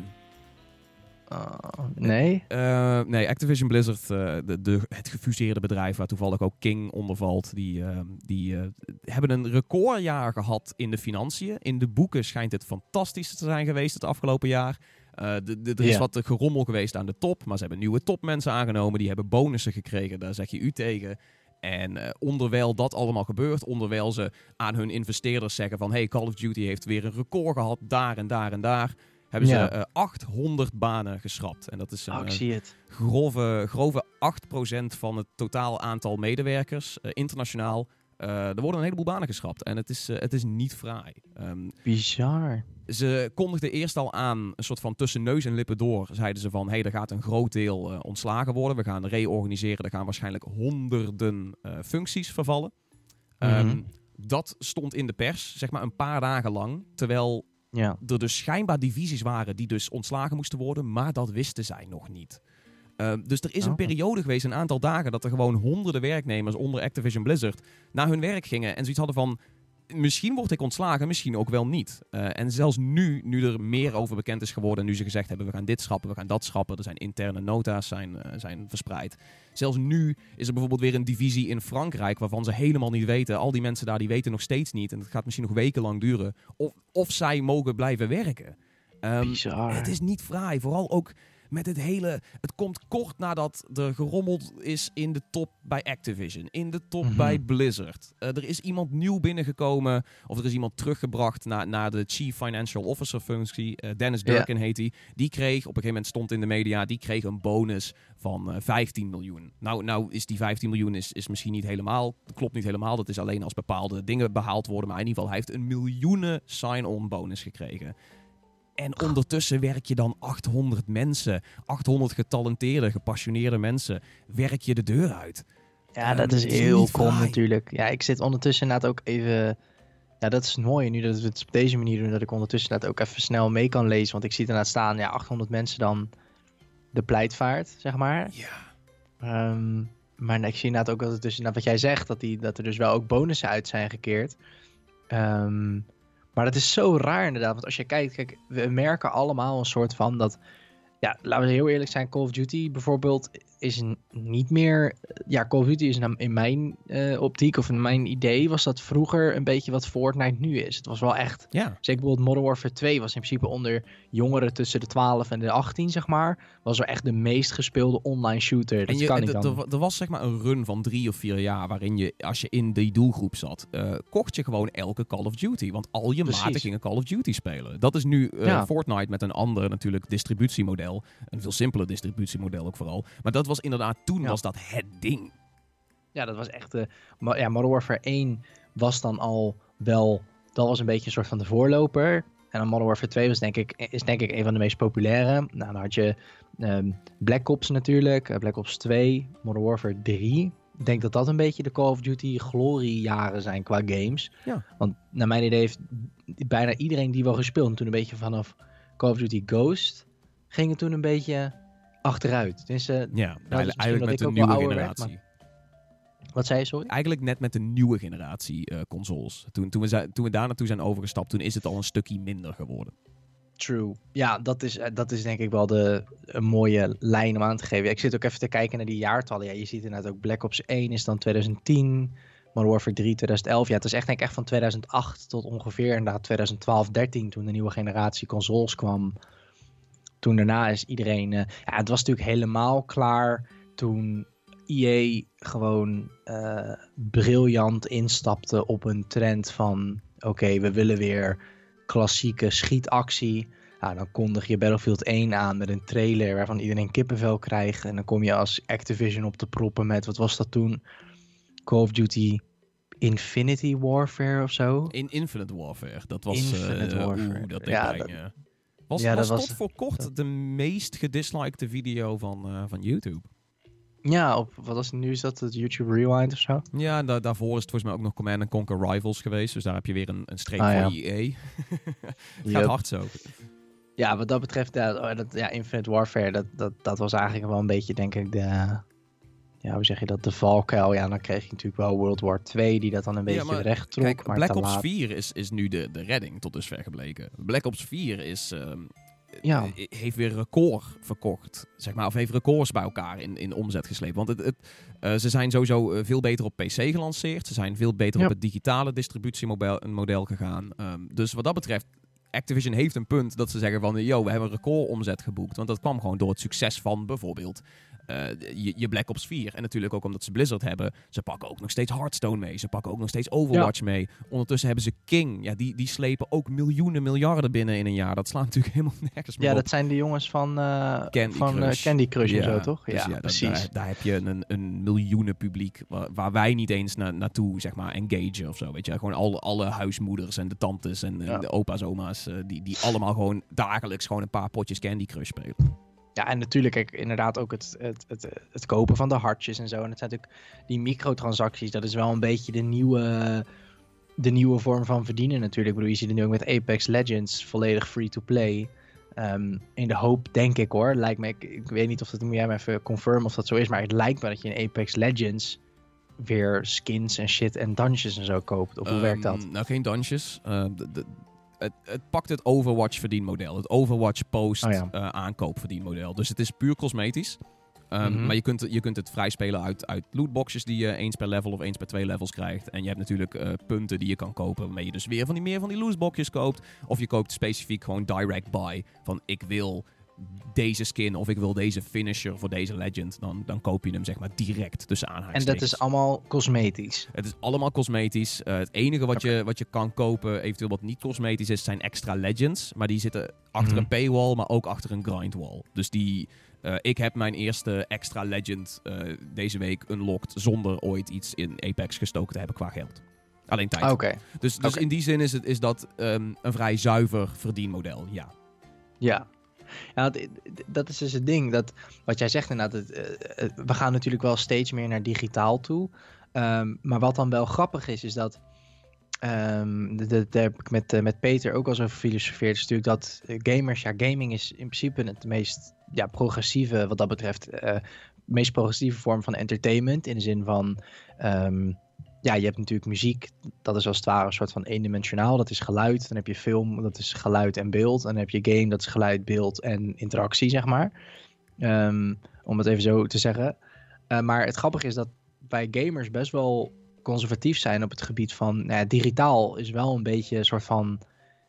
Uh, nee? Uh, nee, Activision Blizzard, uh, de, de, het gefuseerde bedrijf waar toevallig ook King onder valt, die, uh, die uh, hebben een recordjaar gehad in de financiën. In de boeken schijnt het fantastisch te zijn geweest het afgelopen jaar. Uh, de, de, er is yeah. wat gerommel geweest aan de top, maar ze hebben nieuwe topmensen aangenomen. Die hebben bonussen gekregen, daar zeg je u tegen. En uh, onderwijl dat allemaal gebeurt, onderwijl ze aan hun investeerders zeggen van hey, Call of Duty heeft weer een record gehad, daar en daar en daar. Hebben ja. ze uh, achthonderd banen geschrapt. En dat is een oh, ik zie het. Uh, grove, grove acht procent van het totaal aantal medewerkers uh, internationaal. Uh, er worden een heleboel banen geschrapt. En het is, uh, het is niet fraai. Um, Bizar. Ze kondigden eerst al aan, een soort van tussen neus en lippen door, zeiden ze van, hé, hey, er gaat een groot deel uh, ontslagen worden. We gaan reorganiseren. Er gaan waarschijnlijk honderden uh, functies vervallen. Mm-hmm. Um, dat stond in de pers, zeg maar een paar dagen lang. Terwijl ja. er dus schijnbaar divisies waren die dus ontslagen moesten worden, maar dat wisten zij nog niet. Uh, dus er is een oh. periode geweest, een aantal dagen, dat er gewoon honderden werknemers onder Activision Blizzard naar hun werk gingen en zoiets hadden van, misschien word ik ontslagen, misschien ook wel niet. Uh, en zelfs nu, nu er meer over bekend is geworden, nu ze gezegd hebben, we gaan dit schrappen, we gaan dat schrappen, er zijn interne nota's zijn, uh, zijn verspreid. Zelfs nu is er bijvoorbeeld weer een divisie in Frankrijk, waarvan ze helemaal niet weten, al die mensen daar, die weten nog steeds niet, en het gaat misschien nog wekenlang duren, of, of zij mogen blijven werken. Um, Bizar. Het is niet fraai, vooral ook met het hele, het komt kort nadat er gerommeld is in de top bij Activision, in de top mm-hmm. bij Blizzard. Uh, er is iemand nieuw binnengekomen, of er is iemand teruggebracht naar, naar de Chief Financial Officer functie. Uh, Dennis Durkin yeah. heet hij. Die kreeg, op een gegeven moment stond in de media, die kreeg een bonus van uh, vijftien miljoen. Nou, nou is die vijftien miljoen is, is misschien niet helemaal, dat klopt niet helemaal, dat is alleen als bepaalde dingen behaald worden, maar in ieder geval, hij heeft een miljoenen sign-on bonus gekregen. En ondertussen werk je dan achthonderd mensen, achthonderd getalenteerde, gepassioneerde mensen, werk je de deur uit. Ja, dat um, is heel krom natuurlijk. Ja, ik zit ondertussen inderdaad ook even, ja, dat is mooi nu dat we het op deze manier doen, dat ik ondertussen inderdaad ook even snel mee kan lezen. Want ik zie inderdaad staan, ja, achthonderd mensen dan de pleitvaart, zeg maar. Ja. Um, maar ik zie inderdaad ook dat het dus, wat jij zegt, dat, die, dat er dus wel ook bonussen uit zijn gekeerd. Um, Maar dat is zo raar inderdaad, want als je kijkt, kijk, we merken allemaal een soort van dat, ja, laten we heel eerlijk zijn, Call of Duty bijvoorbeeld is n- niet meer, ja, Call of Duty is in mijn uh, optiek of in mijn idee was dat vroeger een beetje wat Fortnite nu is. Het was wel echt, ja. zeker bijvoorbeeld Modern Warfare twee was in principe onder jongeren tussen de twaalf en de achttien, zeg maar, was er echt de meest gespeelde online shooter. Dat en je, kan niet d- dan. d- er was zeg maar een run van drie of vier jaar waarin je, als je in die doelgroep zat, uh, kocht je gewoon elke Call of Duty. Want al je Precies. maten gingen Call of Duty spelen. Dat is nu uh, ja. Fortnite met een ander natuurlijk distributiemodel. Een veel simpeler distributiemodel ook vooral. Maar dat was inderdaad, toen ja. was dat het ding. Ja, dat was echt, uh, ma- ja, Modern Warfare één was dan al wel, dat was een beetje een soort van de voorloper. En dan Modern Warfare twee was denk ik, is denk ik een van de meest populaire. Nou, dan had je um, Black Ops natuurlijk, uh, Black Ops twee, Modern Warfare drie. Ik denk dat dat een beetje de Call of Duty gloriejaren zijn qua games. Ja. Want naar mijn idee heeft bijna iedereen die wel gespeeld, toen een beetje vanaf Call of Duty Ghost, ging het toen een beetje achteruit. Dus, uh, ja, eigenlijk, eigenlijk met de nieuwe generatie. Werd, maar... Wat zei je, sorry? Eigenlijk net met de nieuwe generatie uh, consoles. Toen, toen, we zi- toen we daar naartoe zijn overgestapt, toen is het al een stukje minder geworden. True. Ja, dat is, dat is denk ik wel de, een mooie lijn om aan te geven. Ik zit ook even te kijken naar die jaartallen. Ja, je ziet inderdaad ook Black Ops één is dan twintig tien, Modern Warfare drie twintig elf. Ja, het is echt denk ik echt van tweeduizend acht tot ongeveer inderdaad twintig twaalf dertien, toen de nieuwe generatie consoles kwam. Toen daarna is iedereen... Uh, ja, het was natuurlijk helemaal klaar toen E A gewoon uh, briljant instapte op een trend van... Oké, okay, we willen weer klassieke schietactie. Nou, dan kondig je Battlefield één aan met een trailer waarvan iedereen kippenvel krijgt. En dan kom je als Activision op te proppen met... Wat was dat toen? Call of Duty Infinity Warfare of zo. In Infinite Warfare. Dat was... Infinite uh, Warfare. Oeh, dat deed ja, pijn, dat, ja. Was, ja, was dat tot was, voor kort dat... de meest gedislikte video van, uh, van YouTube. Ja, op, wat was het nu? Is dat het YouTube Rewind of zo? Ja, en da- daarvoor is het volgens mij ook nog Command and Conquer Rivals geweest. Dus daar heb je weer een, een streep ah, voor ja. E A. Het yep. gaat hard zo. Ja, wat dat betreft, ja, dat, ja, Infinite Warfare, dat, dat, dat was eigenlijk wel een beetje, denk ik, de... Ja, hoe zeg je dat? De valkuil. Ja, dan kreeg je natuurlijk wel World War twee, die dat dan een beetje ja, maar, recht trok. Kijk, maar Black te Ops laat. vier is, is nu de, de redding tot dusver gebleken. Black Ops vier is... Um, Ja. heeft weer record verkocht, zeg maar, of heeft records bij elkaar in, in omzet gesleept. Want het, het, uh, ze zijn sowieso uh, veel beter op P C gelanceerd. Ze zijn veel beter Ja. op het digitale distributiemodel gegaan. Um, dus wat dat betreft, Activision heeft een punt dat ze zeggen van, yo, we hebben een record omzet geboekt. Want dat kwam gewoon door het succes van bijvoorbeeld uh, je, je Black Ops vier. En natuurlijk ook omdat ze Blizzard hebben. Ze pakken ook nog steeds Hearthstone mee. Ze pakken ook nog steeds Overwatch ja. mee. Ondertussen hebben ze King. Ja, die, die slepen ook miljoenen, miljarden binnen in een jaar. Dat slaat natuurlijk helemaal nergens meer Ja, op. dat zijn de jongens van, uh, Candy van Crush, uh, Candy Crush ja, en zo, toch? Dus ja, ja, precies. Daar, daar heb je een, een miljoenen publiek waar, waar wij niet eens na, naartoe, zeg maar, engagen of zo. Weet je, gewoon alle, alle huismoeders en de tantes en, ja. en de opa's, oma's, uh, die, die allemaal gewoon dagelijks gewoon een paar potjes Candy Crush spelen. Ja, en natuurlijk, kijk, inderdaad ook het, het, het, het kopen van de hartjes en zo. En het zijn natuurlijk die microtransacties, dat is wel een beetje de nieuwe, de nieuwe vorm van verdienen natuurlijk. Ik bedoel, je ziet het nu ook met Apex Legends, volledig free-to-play. Um, in de hoop, denk ik hoor, lijkt me, ik, ik weet niet of dat, moet jij me even confirmen of dat zo is, maar het lijkt me dat je in Apex Legends weer skins en shit en dungeons en zo koopt. Of hoe um, werkt dat? Nou, geen dungeons. Uh, de, de, Het, het pakt het Overwatch verdienmodel. Het Overwatch post oh ja. uh, aankoop verdienmodel. Dus het is puur cosmetisch. Um, mm-hmm. Maar je kunt, je kunt het vrij spelen uit, uit lootboxes die je eens per level of eens per twee levels krijgt. En je hebt natuurlijk uh, punten die je kan kopen. Waarmee je dus weer van die meer van die lootboxjes koopt. Of je koopt specifiek gewoon direct buy. Van ik wil deze skin of ik wil deze finisher voor deze legend. Dan, dan koop je hem zeg maar direct tussen aanhalingstekens. En dat is allemaal cosmetisch? Het is allemaal cosmetisch. Uh, het enige wat, okay. je, wat je kan kopen, eventueel wat niet cosmetisch is, zijn extra legends. Maar die zitten achter mm-hmm. een paywall, maar ook achter een grindwall. Dus die... Uh, ik heb mijn eerste extra legend uh, deze week unlocked zonder ooit iets in Apex gestoken te hebben qua geld. Alleen tijd. Okay. Dus, dus okay. in die zin is, het, is dat um, een vrij zuiver verdienmodel, ja. Ja. Ja, dat is dus het ding. Dat, wat jij zegt inderdaad, het, uh, we gaan natuurlijk wel steeds meer naar digitaal toe. Um, maar wat dan wel grappig is, is dat... Um, daar heb ik met, uh, met Peter ook al zo over gefilosofeerd. Is natuurlijk dat uh, gamers, ja, gaming is in principe het meest ja, progressieve, wat dat betreft, uh, meest progressieve vorm van entertainment. In de zin van, um, ja, je hebt natuurlijk muziek, dat is als het ware een soort van eendimensionaal. Dat is geluid. Dan heb je film, dat is geluid en beeld. En dan heb je game, dat is geluid, beeld en interactie, zeg maar. Um, om het even zo te zeggen. Uh, maar het grappige is dat wij gamers best wel conservatief zijn op het gebied van... Nou ja, digitaal is wel een beetje een soort van...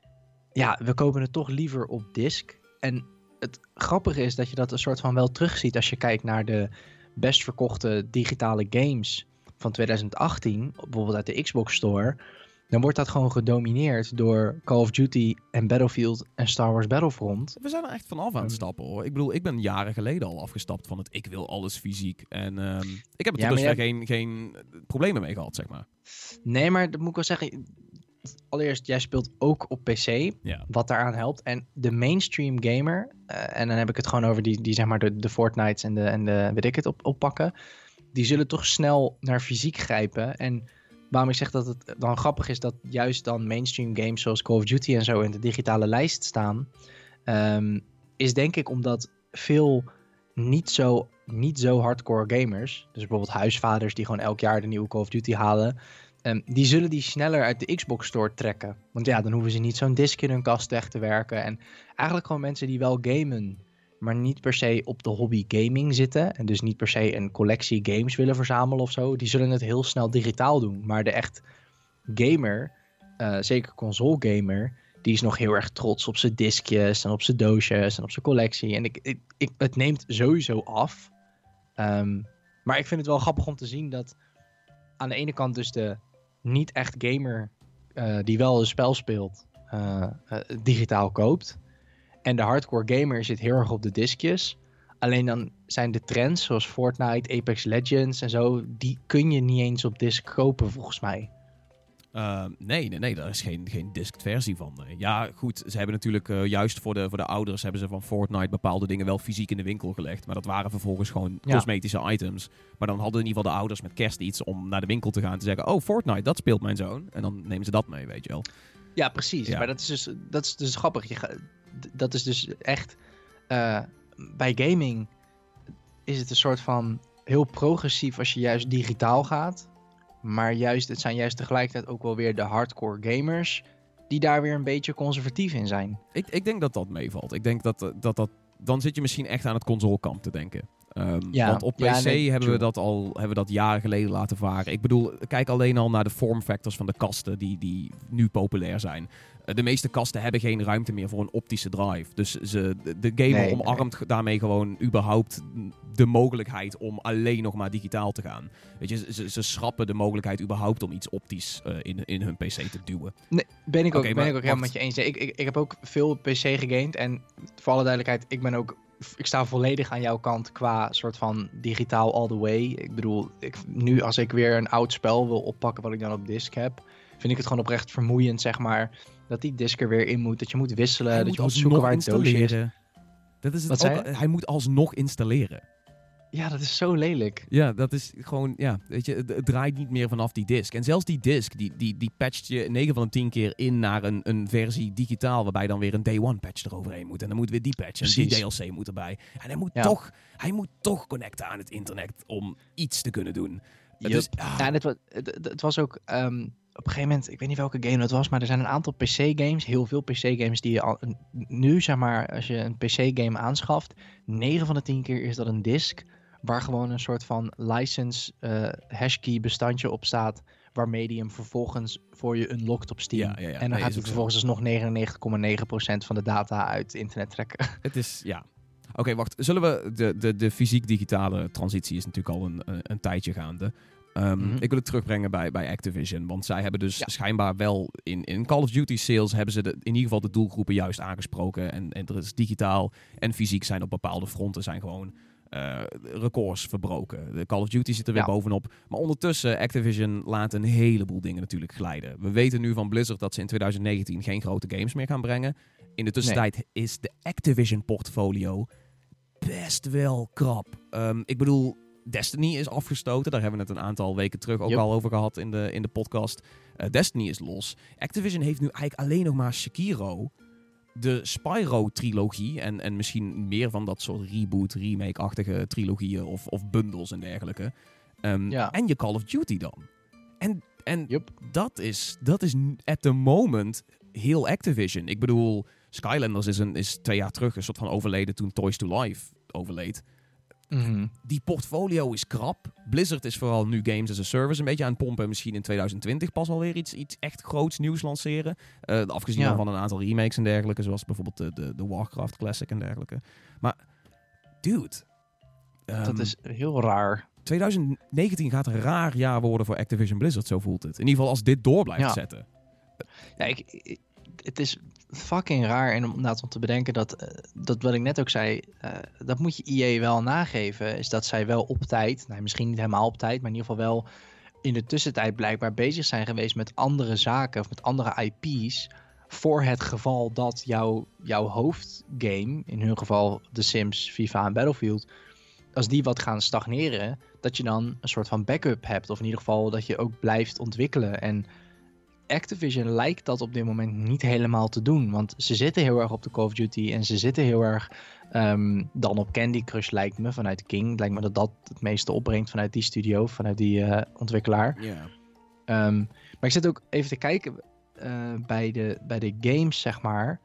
Ja, we kopen het toch liever op disc. En het grappige is dat je dat een soort van wel terugziet... als je kijkt naar de best verkochte digitale games van twintig achttien... bijvoorbeeld uit de Xbox Store... dan wordt dat gewoon gedomineerd door Call of Duty en Battlefield en Star Wars Battlefront. We zijn er echt vanaf aan het stappen, hoor. Ik bedoel, ik ben jaren geleden al afgestapt van het ik wil alles fysiek. En um, ik heb er ja, tot dusver jij... geen, geen problemen mee gehad, zeg maar. Nee, maar dat moet ik wel zeggen... Allereerst, jij speelt ook op P C, ja. wat daaraan helpt. En de mainstream gamer, uh, en dan heb ik het gewoon over die, die zeg maar de, de Fortnites en de, en de weet ik het op, oppakken... die zullen toch snel naar fysiek grijpen. En waarom ik zeg dat het dan grappig is dat juist dan mainstream games zoals Call of Duty en zo in de digitale lijst staan, um, is denk ik omdat veel niet zo, niet zo hardcore gamers, dus bijvoorbeeld huisvaders die gewoon elk jaar de nieuwe Call of Duty halen, um, die zullen die sneller uit de Xbox Store trekken. Want ja, dan hoeven ze niet zo'n disc in hun kast weg te werken. En eigenlijk gewoon mensen die wel gamen, maar niet per se op de hobby gaming zitten en dus niet per se een collectie games willen verzamelen of zo, die zullen het heel snel digitaal doen. Maar de echt gamer, uh, zeker console gamer, die is nog heel erg trots op zijn diskjes en op zijn doosjes en op zijn collectie. En ik, ik, ik, het neemt sowieso af. Um, maar ik vind het wel grappig om te zien dat aan de ene kant dus de niet echt gamer uh, die wel een spel speelt, uh, uh, digitaal koopt. En de hardcore gamer zit heel erg op de diskjes. Alleen dan zijn de trends zoals Fortnite, Apex Legends en zo, die kun je niet eens op disc kopen volgens mij. Uh, nee, nee, nee, daar is geen, geen disc versie van. Nee. Ja, goed, ze hebben natuurlijk uh, juist voor de, voor de ouders hebben ze van Fortnite bepaalde dingen wel fysiek in de winkel gelegd. Maar dat waren vervolgens gewoon ja. cosmetische items. Maar dan hadden in ieder geval de ouders met kerst iets om naar de winkel te gaan en te zeggen, oh, Fortnite, dat speelt mijn zoon. En dan nemen ze dat mee, weet je wel. Ja, precies. Ja. Maar dat is dus, dat is dus grappig. Je ga, dat is dus echt... Uh, bij gaming is het een soort van heel progressief als je juist digitaal gaat. Maar juist, het zijn juist tegelijkertijd ook wel weer de hardcore gamers die daar weer een beetje conservatief in zijn. Ik, ik denk dat dat meevalt. Ik denk dat, dat dat... Dan zit je misschien echt aan het consolekamp te denken. Um, ja, want op P C ja, nee, hebben true. we dat al hebben we dat jaren geleden laten varen. Ik bedoel, kijk alleen al naar de form factors van de kasten die, die nu populair zijn. Uh, de meeste kasten hebben geen ruimte meer voor een optische drive. Dus ze, de, de gamer nee, omarmt nee. daarmee gewoon überhaupt de mogelijkheid om alleen nog maar digitaal te gaan. Weet je, ze, ze schrappen de mogelijkheid überhaupt om iets optisch uh, in, in hun P C te duwen. Nee, ben ik ook, okay, ben maar, ik ook helemaal met je eens. Ik, ik, ik heb ook veel P C gegamed en voor alle duidelijkheid, ik ben ook... Ik sta volledig aan jouw kant qua soort van digitaal all the way. Ik bedoel, ik, nu als ik weer een oud spel wil oppakken wat ik dan op disc heb, vind ik het gewoon oprecht vermoeiend, zeg maar, dat die disc er weer in moet, dat je moet wisselen, hij dat moet je moet zoeken waar het doosje is. Dat is het wat ook, hij moet alsnog installeren. Ja, dat is zo lelijk. Ja, dat is gewoon, ja, weet je, het, het draait niet meer vanaf die disc. En zelfs die disc, die, die, die patcht je negen van de tien keer in naar een, een versie digitaal, waarbij dan weer een day one patch eroverheen moet. En dan moet weer die patch en die D L C moet erbij. En hij moet, ja. toch, hij moet toch connecten aan het internet om iets te kunnen doen. Yep. Dus, ah. Ja, en het was, het, het was ook... Um, op een gegeven moment, ik weet niet welke game dat was, maar er zijn een aantal P C-games, heel veel P C-games die je al, nu, zeg maar, als je een P C-game aanschaft, negen van de tien keer is dat een disc waar gewoon een soort van license uh, hashkey bestandje op staat, waarmee die hem vervolgens voor je unlockt op Steam. Ja, ja, ja. En dan nee, gaat hij vervolgens dus nog negenennegentig komma negen procent van de data uit het internet trekken. Het is, ja. Oké, okay, wacht. Zullen we, de, de, de fysiek-digitale transitie is natuurlijk al een, een, een tijdje gaande. Um, mm-hmm. Ik wil het terugbrengen bij, bij Activision, want zij hebben dus ja. schijnbaar wel in, in Call of Duty sales hebben ze de, in ieder geval de doelgroepen juist aangesproken. En, en er is digitaal en fysiek zijn op bepaalde fronten zijn gewoon uh, records verbroken. De Call of Duty zit er weer ja. bovenop. Maar ondertussen, Activision laat een heleboel dingen natuurlijk glijden. We weten nu van Blizzard dat ze in twintig negentien geen grote games meer gaan brengen. In de tussentijd nee. is de Activision portfolio best wel krap. Um, ik bedoel, Destiny is afgestoten. Daar hebben we het een aantal weken terug ook yep. al over gehad in de, in de podcast. Uh, Destiny is los. Activision heeft nu eigenlijk alleen nog maar Sekiro, de Spyro-trilogie en, en misschien meer van dat soort reboot, remake-achtige trilogieën of, of bundles en dergelijke. Um, ja. En je Call of Duty dan. En, en yep. dat, is, dat is at the moment heel Activision. Ik bedoel, Skylanders is, een, is twee jaar terug een soort van overleden toen Toys to Life overleed. Mm-hmm. Die portfolio is krap. Blizzard is vooral nu Games as a Service een beetje aan het pompen. Misschien in twintig twintig pas alweer iets, iets echt groots nieuws lanceren. Uh, afgezien ja. van een aantal remakes en dergelijke. Zoals bijvoorbeeld de, de, de Warcraft Classic en dergelijke. Maar, dude. Um, dat is heel raar. twintig negentien gaat een raar jaar worden voor Activision Blizzard, zo voelt het. In ieder geval als dit door blijft ja. zetten. Ja, ik, ik, het is fucking raar en om, om te bedenken dat, uh, dat wat ik net ook zei, uh, dat moet je I A wel nageven, is dat zij wel op tijd, nou, misschien niet helemaal op tijd, maar in ieder geval wel in de tussentijd blijkbaar bezig zijn geweest met andere zaken of met andere I P's voor het geval dat jouw, jouw hoofdgame, in hun geval The Sims, FIFA en Battlefield, als die wat gaan stagneren, dat je dan een soort van backup hebt of in ieder geval dat je ook blijft ontwikkelen. En Activision lijkt dat op dit moment niet helemaal te doen. Want ze zitten heel erg op de Call of Duty. En ze zitten heel erg um, dan op Candy Crush, lijkt me, vanuit King. Het lijkt me dat dat het meeste opbrengt vanuit die studio, vanuit die uh, ontwikkelaar. Yeah. Um, maar ik zit ook even te kijken uh, bij, de, bij de games, zeg maar.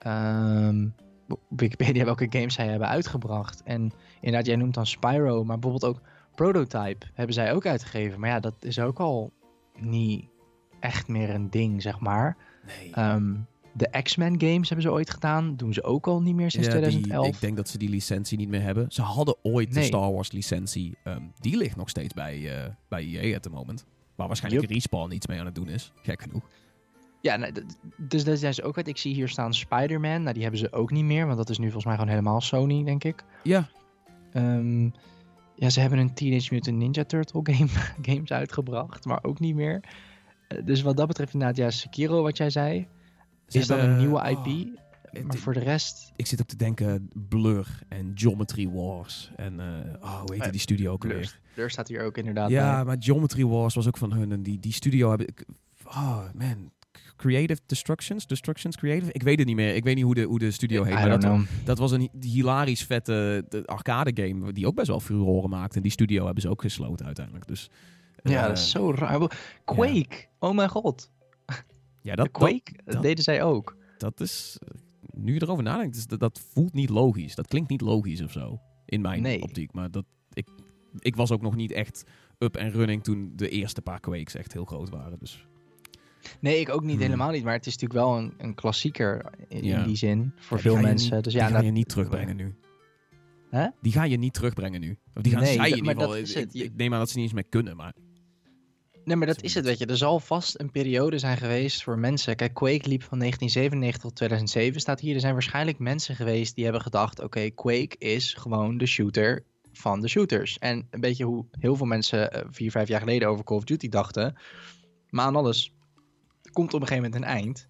Um, Wikipedia, welke games zij hebben uitgebracht. En inderdaad, jij noemt dan Spyro. Maar bijvoorbeeld ook Prototype hebben zij ook uitgegeven. Maar ja, dat is ook al niet echt meer een ding, zeg maar. Nee. Um, de X-Men games hebben ze ooit gedaan. Doen ze ook al niet meer sinds ja, twintig elf. Die, ik denk dat ze die licentie niet meer hebben. Ze hadden ooit nee. de Star Wars licentie. Um, die ligt nog steeds bij, uh, bij E A at the moment. Waar waarschijnlijk yep. Respawn iets mee aan het doen is. Gek genoeg. Ja, nou, d- dus dat zijn ze ook uit. Ik zie hier staan Spider-Man. Nou, die hebben ze ook niet meer. Want dat is nu volgens mij gewoon helemaal Sony, denk ik. Ja. Um, ja, ze hebben een Teenage Mutant Ninja Turtle game, games uitgebracht, maar ook niet meer. Uh, dus wat dat betreft inderdaad, ja, Sekiro, wat jij zei, ze is hebben, dan een nieuwe I P. Oh, maar voor de rest... Ik zit ook te denken Blur en Geometry Wars. En uh, oh, hoe heet die studio ook Blur, weer? Blur staat hier ook inderdaad Ja, bij. maar Geometry Wars was ook van hun. En die, die studio heb ik... Oh, man. Creative Destructions? Destructions Creative? Ik weet het niet meer. Ik weet niet hoe de, hoe de studio heet. I Maar don't dat, know. dat was een hilarisch vette de arcade game die ook best wel furoren maakte. En die studio hebben ze ook gesloten uiteindelijk. Dus, ja, uh, dat is zo raar. Quake! Ja. Oh mijn god. Ja, dat, de Quake dat, dat, deden zij ook. Dat is... Nu je erover nadenkt, dus dat, dat voelt niet logisch. Dat klinkt niet logisch of zo. In mijn nee. optiek. Maar dat, ik, ik was ook nog niet echt up en running toen de eerste paar Quakes echt heel groot waren. Dus... Nee, ik ook niet, hmm. helemaal niet. Maar het is natuurlijk wel een, een klassieker in, ja. in die zin. Voor ja, veel die mensen. Niet, dus die ja, ga dat, je niet terugbrengen nu. Hè? Die ga je niet terugbrengen nu. Of die gaan nee, zij dat, in ieder geval. Ik, je... ik neem aan dat ze niet eens meer kunnen, maar... Nee, maar dat is het, weet je. Er zal vast een periode zijn geweest voor mensen. Kijk, Quake liep van negentien zevenennegentig tot tweeduizend zeven, staat hier. Er zijn waarschijnlijk mensen geweest die hebben gedacht... Oké, okay, Quake is gewoon de shooter van de shooters. En een beetje hoe heel veel mensen uh, vier, vijf jaar geleden over Call of Duty dachten. Maar aan alles komt op een gegeven moment een eind.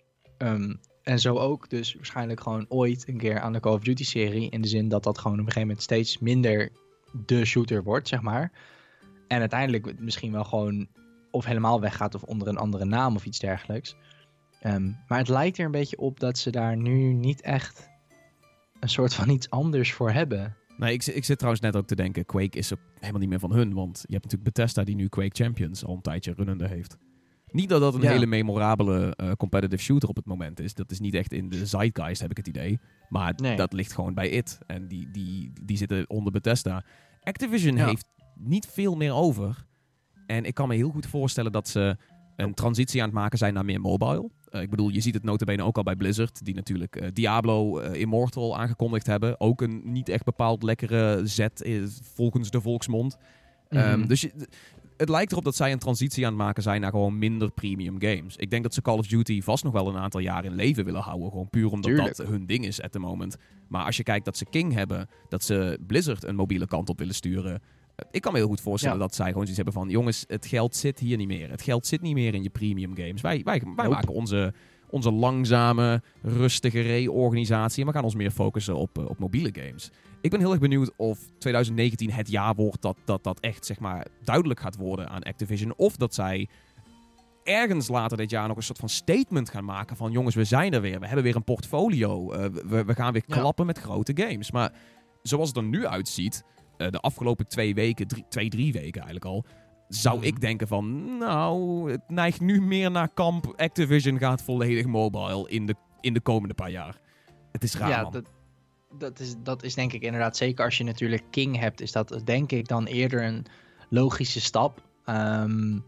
Um, en zo ook dus waarschijnlijk gewoon ooit een keer aan de Call of Duty-serie. In de zin dat dat gewoon op een gegeven moment steeds minder de shooter wordt, zeg maar... En uiteindelijk misschien wel gewoon of helemaal weggaat of onder een andere naam of iets dergelijks. Um, maar het lijkt er een beetje op dat ze daar nu niet echt een soort van iets anders voor hebben. Nee, ik, ik zit trouwens net ook te denken, Quake is ook helemaal niet meer van hun. Want je hebt natuurlijk Bethesda die nu Quake Champions al een tijdje runnende heeft. Niet dat dat een ja. hele memorabele uh, competitive shooter op het moment is. Dat is niet echt in de zeitgeist, heb ik het idee. Maar nee. dat ligt gewoon bij it. En die, die, die zitten onder Bethesda. Activision ja. heeft niet veel meer over. En ik kan me heel goed voorstellen dat ze een transitie aan het maken zijn naar meer mobile. Uh, ik bedoel, je ziet het nota bene ook al bij Blizzard. Die natuurlijk uh, Diablo uh, Immortal aangekondigd hebben. Ook een niet echt bepaald lekkere zet is, volgens de volksmond. Mm-hmm. Um, dus je, het lijkt erop dat zij een transitie aan het maken zijn naar gewoon minder premium games. Ik denk dat ze Call of Duty vast nog wel een aantal jaar in leven willen houden. Gewoon puur omdat Tuurlijk. dat hun ding is at the moment. Maar als je kijkt dat ze King hebben, dat ze Blizzard een mobiele kant op willen sturen... Ik kan me heel goed voorstellen ja. dat zij gewoon zoiets hebben van... jongens, het geld zit hier niet meer. Het geld zit niet meer in je premium games. Wij, wij, wij nope. maken onze, onze langzame, rustige reorganisatie... en we gaan ons meer focussen op, uh, op mobiele games. Ik ben heel erg benieuwd of twintig negentien het jaar wordt... dat dat, dat echt zeg maar duidelijk gaat worden aan Activision. Of dat zij ergens later dit jaar nog een soort van statement gaan maken... van jongens, we zijn er weer. We hebben weer een portfolio. Uh, we, we gaan weer klappen ja. met grote games. Maar zoals het er nu uitziet... Uh, de afgelopen twee weken, drie, twee, drie weken eigenlijk al... zou ik denken van... nou, het neigt nu meer naar kamp. Activision gaat volledig mobile in de, in de komende paar jaar. Het is raar, ja, man. Dat, dat, is, dat is denk ik inderdaad... zeker als je natuurlijk King hebt... is dat denk ik dan eerder een logische stap. Um,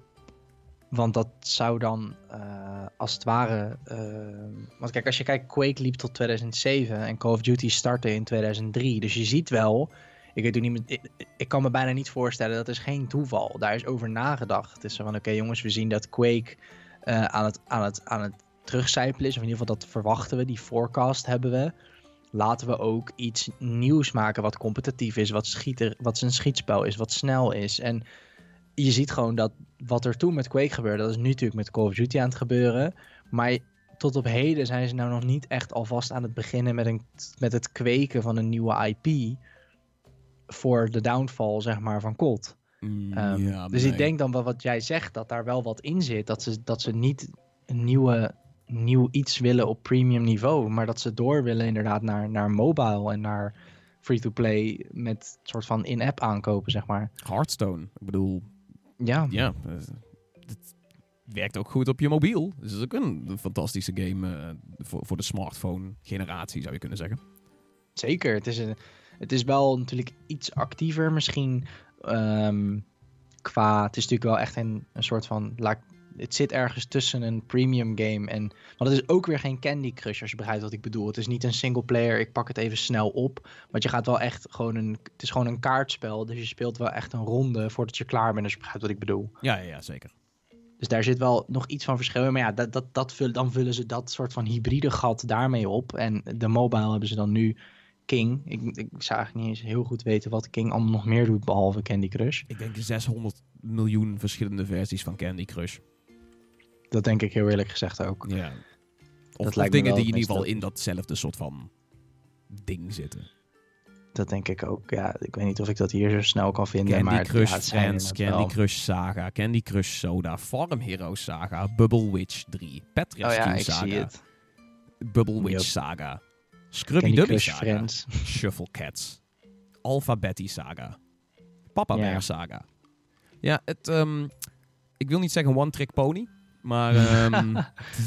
want dat zou dan uh, als het ware... Uh, want kijk, als je kijkt... Quake liep tot tweeduizend zeven... en Call of Duty startte in tweeduizend drie. Dus je ziet wel... Ik, weet niet, ik, ik kan me bijna niet voorstellen, dat is geen toeval. Daar is over nagedacht. Het is zo van, oké okay, jongens, we zien dat Quake uh, aan, het, aan, het, aan het terugcijpelen is. Of in ieder geval, dat verwachten we. Die forecast hebben we. Laten we ook iets nieuws maken wat competitief is. Wat, schieter, wat zijn schietspel is, wat snel is. En je ziet gewoon dat wat er toen met Quake gebeurde... dat is nu natuurlijk met Call of Duty aan het gebeuren. Maar tot op heden zijn ze nou nog niet echt alvast aan het beginnen... met, een, met het kweken van een nieuwe I P... voor de downfall, zeg maar, van C O D. Mm, um, ja, dus nee. ik denk dan wel wat jij zegt, dat daar wel wat in zit. Dat ze, dat ze niet een nieuwe, nieuw iets willen op premium niveau, maar dat ze door willen inderdaad naar, naar mobile en naar free-to-play met soort van in-app aankopen, zeg maar. Hearthstone, ik bedoel... Ja. Ja, het werkt ook goed op je mobiel. Dus het is ook een fantastische game uh, voor, voor de smartphone-generatie, zou je kunnen zeggen. Zeker, het is een... Het is wel natuurlijk iets actiever misschien um, qua... Het is natuurlijk wel echt een, een soort van... Laat, het zit ergens tussen een premium game en... Want het is ook weer geen Candy Crush, als je begrijpt wat ik bedoel. Het is niet een single player, ik pak het even snel op. Want je gaat wel echt gewoon een... Het is gewoon een kaartspel, dus je speelt wel echt een ronde voordat je klaar bent, als je begrijpt wat ik bedoel. Ja, ja, ja, zeker. Dus daar zit wel nog iets van verschil in. Maar ja, dat, dat, dat vullen, dan vullen ze dat soort van hybride gat daarmee op. En de mobile hebben ze dan nu... King. Ik, ik zou eigenlijk niet eens heel goed weten wat King allemaal nog meer doet behalve Candy Crush. Ik denk zeshonderd miljoen verschillende versies van Candy Crush. Dat denk ik heel eerlijk gezegd ook. Ja. Of, dat of lijkt me dingen wel die in het ieder geval meest in datzelfde soort van ding zitten. Dat denk ik ook. Ja, ik weet niet of ik dat hier zo snel kan vinden. Candy maar Crush ja, het zijn er Friends, net Candy wel. Crush Saga, Candy Crush Soda, Farm Heroes Saga, Bubble Witch drie, Pet Oh Rescue ja, ik Saga, zie het. Bubble Witch Yep. Saga, Scrubby Candy Dubby Crush Saga, Friends. Shuffle Cats, Alpha Betty Saga, Papa Ja. Bear Saga. Ja, het, um, ik wil niet zeggen one trick pony, maar um,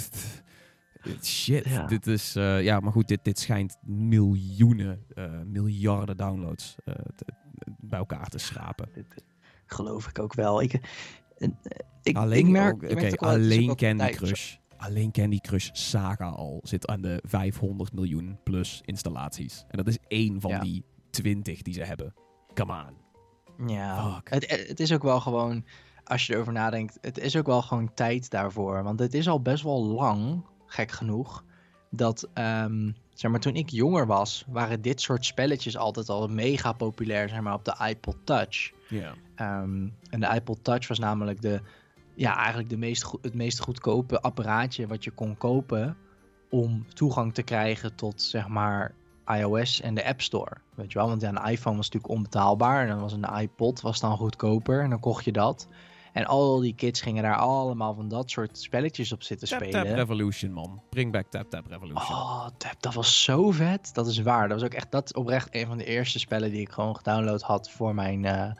shit, Ja. dit is, uh, ja, maar goed, dit, dit schijnt miljoenen, uh, miljarden downloads uh, te, bij elkaar te schrapen. Dit geloof ik ook wel. Ik, eh, ik, Alleen, ik merk, ook- ik oké, merk ook wel, het is ook alleen wel Candy tijd of zo. Crush. Alleen Candy Crush Saga al zit aan de vijfhonderd miljoen plus installaties. En dat is één van Ja. die twintig die ze hebben. Come on. Ja, Fuck. het, het is ook wel gewoon, als je erover nadenkt, het is ook wel gewoon tijd daarvoor. Want het is al best wel lang, gek genoeg, dat, ehm, zeg maar, toen ik jonger was, waren dit soort spelletjes altijd al mega populair, zeg maar, op de iPod Touch. Ja. Ehm, en de iPod Touch was namelijk de, ja, eigenlijk de meest go- het meest goedkope apparaatje wat je kon kopen om toegang te krijgen tot, zeg maar, iOS en de App Store. Weet je wel, want ja, een iPhone was natuurlijk onbetaalbaar en dan was een iPod was dan goedkoper en dan kocht je dat. En al die kids gingen daar allemaal van dat soort spelletjes op zitten Tap spelen. Tap Revolution, man. Bring back Tap Tap Revolution. Oh, Tap, dat was zo vet. Dat is waar. Dat was ook echt, dat is oprecht een van de eerste spellen die ik gewoon gedownload had voor mijn, uh,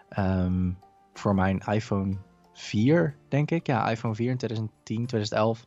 um, voor mijn iPhone vier, denk ik. Ja, iPhone vier in twintig tien, twintig elf.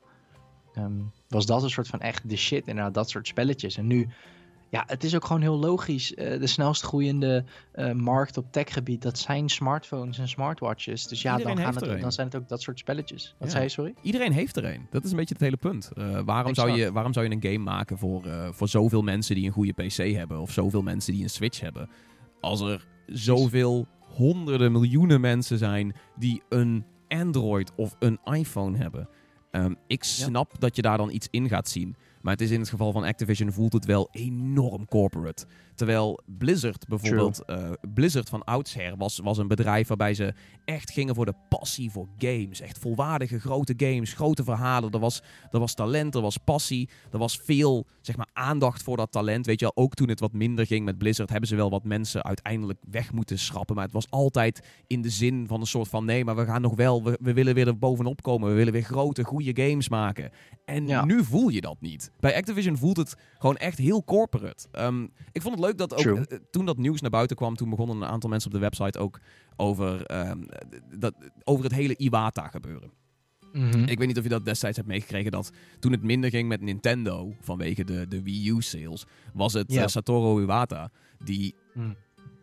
Um, was dat een soort van echt de shit. Inderdaad, dat soort spelletjes. En nu, ja, het is ook gewoon heel logisch. Uh, de snelst groeiende uh, markt op techgebied, dat zijn smartphones en smartwatches. Dus ja, Iedereen dan, gaan heeft er het, een. dan zijn het ook dat soort spelletjes. Wat Ja. zei je, sorry? Iedereen heeft er een. Dat is een beetje het hele punt. Uh, waarom, zou je, waarom zou je een game maken voor, uh, voor zoveel mensen die een goede P C hebben? Of zoveel mensen die een Switch hebben? Als er zoveel honderden miljoenen mensen zijn die een Android of een iPhone hebben. Um, ik snap ja. dat je daar dan iets in gaat zien. Maar het is in het geval van Activision voelt het wel enorm corporate. Terwijl Blizzard bijvoorbeeld... Uh, Blizzard van oudsher was, was een bedrijf waarbij ze echt gingen voor de passie voor games. Echt volwaardige grote games, grote verhalen. Er was, er was talent, er was passie. Er was veel, zeg maar, aandacht voor dat talent. Weet je wel, ook toen het wat minder ging met Blizzard... hebben ze wel wat mensen uiteindelijk weg moeten schrappen. Maar het was altijd in de zin van een soort van... nee, maar we gaan nog wel... we, we willen weer er bovenop komen. We willen weer grote, goede games maken. En ja. nu voel je dat niet. Bij Activision voelt het gewoon echt heel corporate. Um, ik vond het leuk dat ook uh, toen dat nieuws naar buiten kwam... toen begonnen een aantal mensen op de website ook over, um, dat, over het hele Iwata gebeuren. Mm-hmm. Ik weet niet of je dat destijds hebt meegekregen... dat toen het minder ging met Nintendo... vanwege de, de Wii U-sales... was het yeah. uh, Satoru Iwata die mm.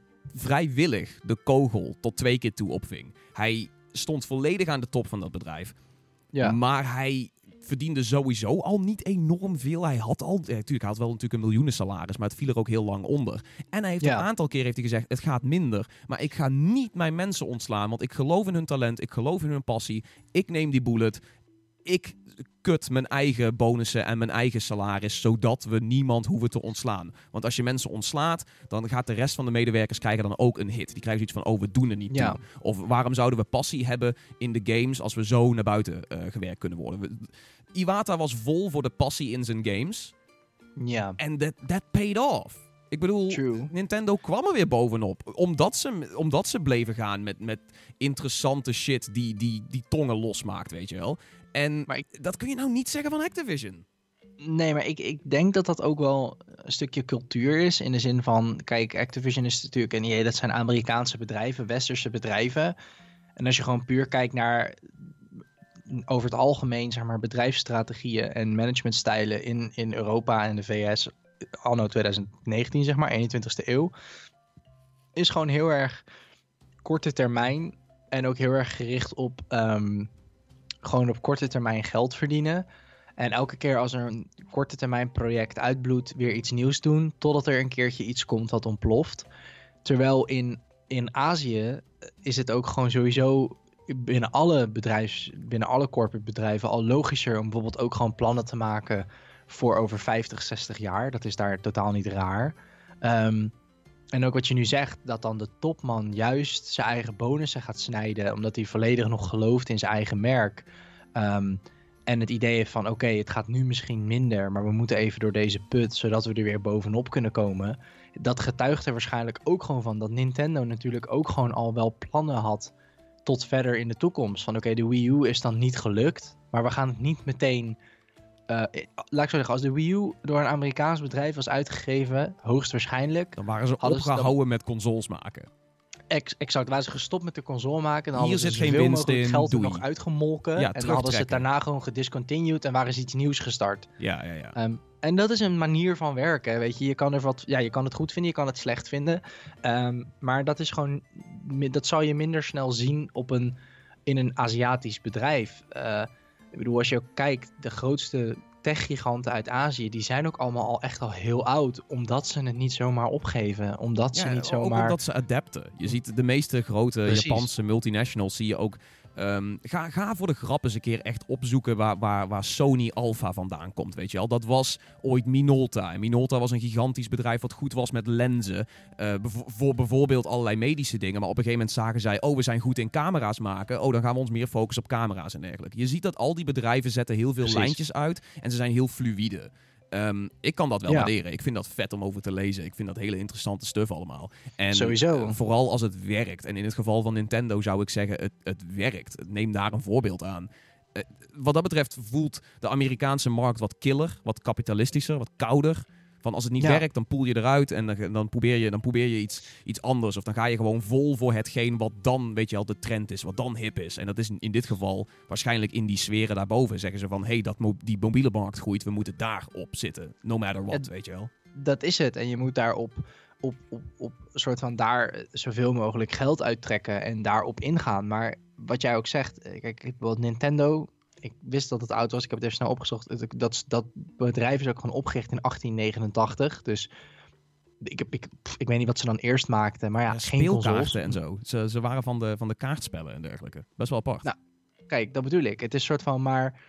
vrijwillig de kogel tot twee keer toe opving. Hij stond volledig aan de top van dat bedrijf. Yeah. Maar hij... verdiende sowieso al niet enorm veel. Hij had al, ja, natuurlijk, hij had wel natuurlijk een miljoenen salaris, maar het viel er ook heel lang onder. En hij heeft ja. een aantal keer heeft hij gezegd, het gaat minder, maar ik ga niet mijn mensen ontslaan, want ik geloof in hun talent, ik geloof in hun passie, ik neem die bullet, ik kut mijn eigen bonussen en mijn eigen salaris, zodat we niemand hoeven te ontslaan. Want als je mensen ontslaat, dan gaat de rest van de medewerkers krijgen dan ook een hit. Die krijgen zoiets van, oh, we doen er niet ja. toe. Of waarom zouden we passie hebben in de games als we zo naar buiten uh, gewerkt kunnen worden? We, Iwata was vol voor de passie in zijn games. Ja. En that, that paid off. Ik bedoel, True. Nintendo kwam er weer bovenop. Omdat ze, omdat ze bleven gaan met, met interessante shit die, die, die tongen losmaakt, weet je wel. En maar ik, dat kun je nou niet zeggen van Activision. Nee, maar ik, ik denk dat dat ook wel een stukje cultuur is. In de zin van, kijk, Activision is natuurlijk... en ja, dat zijn Amerikaanse bedrijven, westerse bedrijven. En als je gewoon puur kijkt naar... over het algemeen, zeg maar, bedrijfsstrategieën en managementstijlen in, in Europa en de V S... anno twintig negentien, zeg maar, eenentwintigste eeuw... is gewoon heel erg korte termijn... en ook heel erg gericht op... Um, gewoon op korte termijn geld verdienen. En elke keer als er een korte termijn project uitbloedt, weer iets nieuws doen, totdat er een keertje iets komt wat ontploft. Terwijl in, in Azië is het ook gewoon sowieso binnen alle bedrijfs, binnen alle corporate bedrijven al logischer om bijvoorbeeld ook gewoon plannen te maken voor over vijftig, zestig jaar. Dat is daar totaal niet raar. Um, en ook wat je nu zegt, dat dan de topman juist zijn eigen bonussen gaat snijden, omdat hij volledig nog gelooft in zijn eigen merk. Um, en het idee heeft van, oké, okay, het gaat nu misschien minder, maar we moeten even door deze put, zodat we er weer bovenop kunnen komen. Dat getuigt er waarschijnlijk ook gewoon van dat Nintendo natuurlijk ook gewoon al wel plannen had tot verder in de toekomst. Van oké, okay, de Wii U is dan niet gelukt, maar we gaan het niet meteen... Uh, laat ik zo zeggen, als de Wii U door een Amerikaans bedrijf was uitgegeven, hoogstwaarschijnlijk... Dan waren ze opgehouden dan... met consoles maken. Ex- exact, waren ze gestopt met de console maken. Dan Hier hadden zit ze geen zoveel winst mogelijk in, geld er doei. nog uitgemolken. Ja, en dan hadden ze het daarna gewoon gediscontinued en waren ze iets nieuws gestart. Ja, ja, ja. Um, en dat is een manier van werken, weet je. Je kan, er wat, ja, je kan het goed vinden, je kan het slecht vinden. Um, maar dat is gewoon... Dat zal je minder snel zien op een, in een Aziatisch bedrijf. Uh, ik bedoel, als je ook kijkt, de grootste techgiganten uit Azië, die zijn ook allemaal al echt al heel oud, omdat ze het niet zomaar opgeven. Omdat ja, ze niet zomaar... ook omdat ze adapten. Je ziet de meeste grote Precies. Japanse multinationals zie je ook... Um, ga, ga voor de grap eens een keer echt opzoeken waar, waar, waar Sony Alpha vandaan komt, weet je wel. Dat was ooit Minolta. En Minolta was een gigantisch bedrijf wat goed was met lenzen. Uh, bev- voor bijvoorbeeld allerlei medische dingen. Maar op een gegeven moment zagen zij, oh, we zijn goed in camera's maken. Oh, dan gaan we ons meer focussen op camera's en dergelijke. Je ziet dat al die bedrijven zetten heel veel Precies. lijntjes uit. En ze zijn heel fluïde. Um, ik kan dat wel ja. waarderen. Ik vind dat vet om over te lezen. Ik vind dat hele interessante stuff allemaal. En Sowieso. Uh, vooral als het werkt. En in het geval van Nintendo zou ik zeggen, het, het werkt. Neem daar een voorbeeld aan. Uh, wat dat betreft voelt de Amerikaanse markt wat killer, wat kapitalistischer, wat kouder. Van als het niet ja. werkt, dan poel je eruit en dan, dan probeer je, dan probeer je iets, iets anders. Of dan ga je gewoon vol voor hetgeen wat dan, weet je wel, de trend is. Wat dan hip is. En dat is in dit geval waarschijnlijk in die sferen daarboven. Zeggen ze van, hé, hey, dat mo- die mobiele markt groeit. We moeten daarop zitten. No matter what, ja, weet je wel. Dat is het. En je moet daarop op, op, op een soort van daar zoveel mogelijk geld uittrekken en daarop ingaan. Maar wat jij ook zegt, kijk, bijvoorbeeld Nintendo... Ik wist dat het oud was. Ik heb het even snel opgezocht. Dat, dat bedrijf is ook gewoon opgericht in achttien negenentachtig. Dus ik, heb, ik, ik weet niet wat ze dan eerst maakten. Maar ja, ja geen consoles. en zo. Ze, ze waren van de, van de kaartspellen en dergelijke. Best wel apart. Nou, kijk, dat bedoel ik. Het is een soort van, maar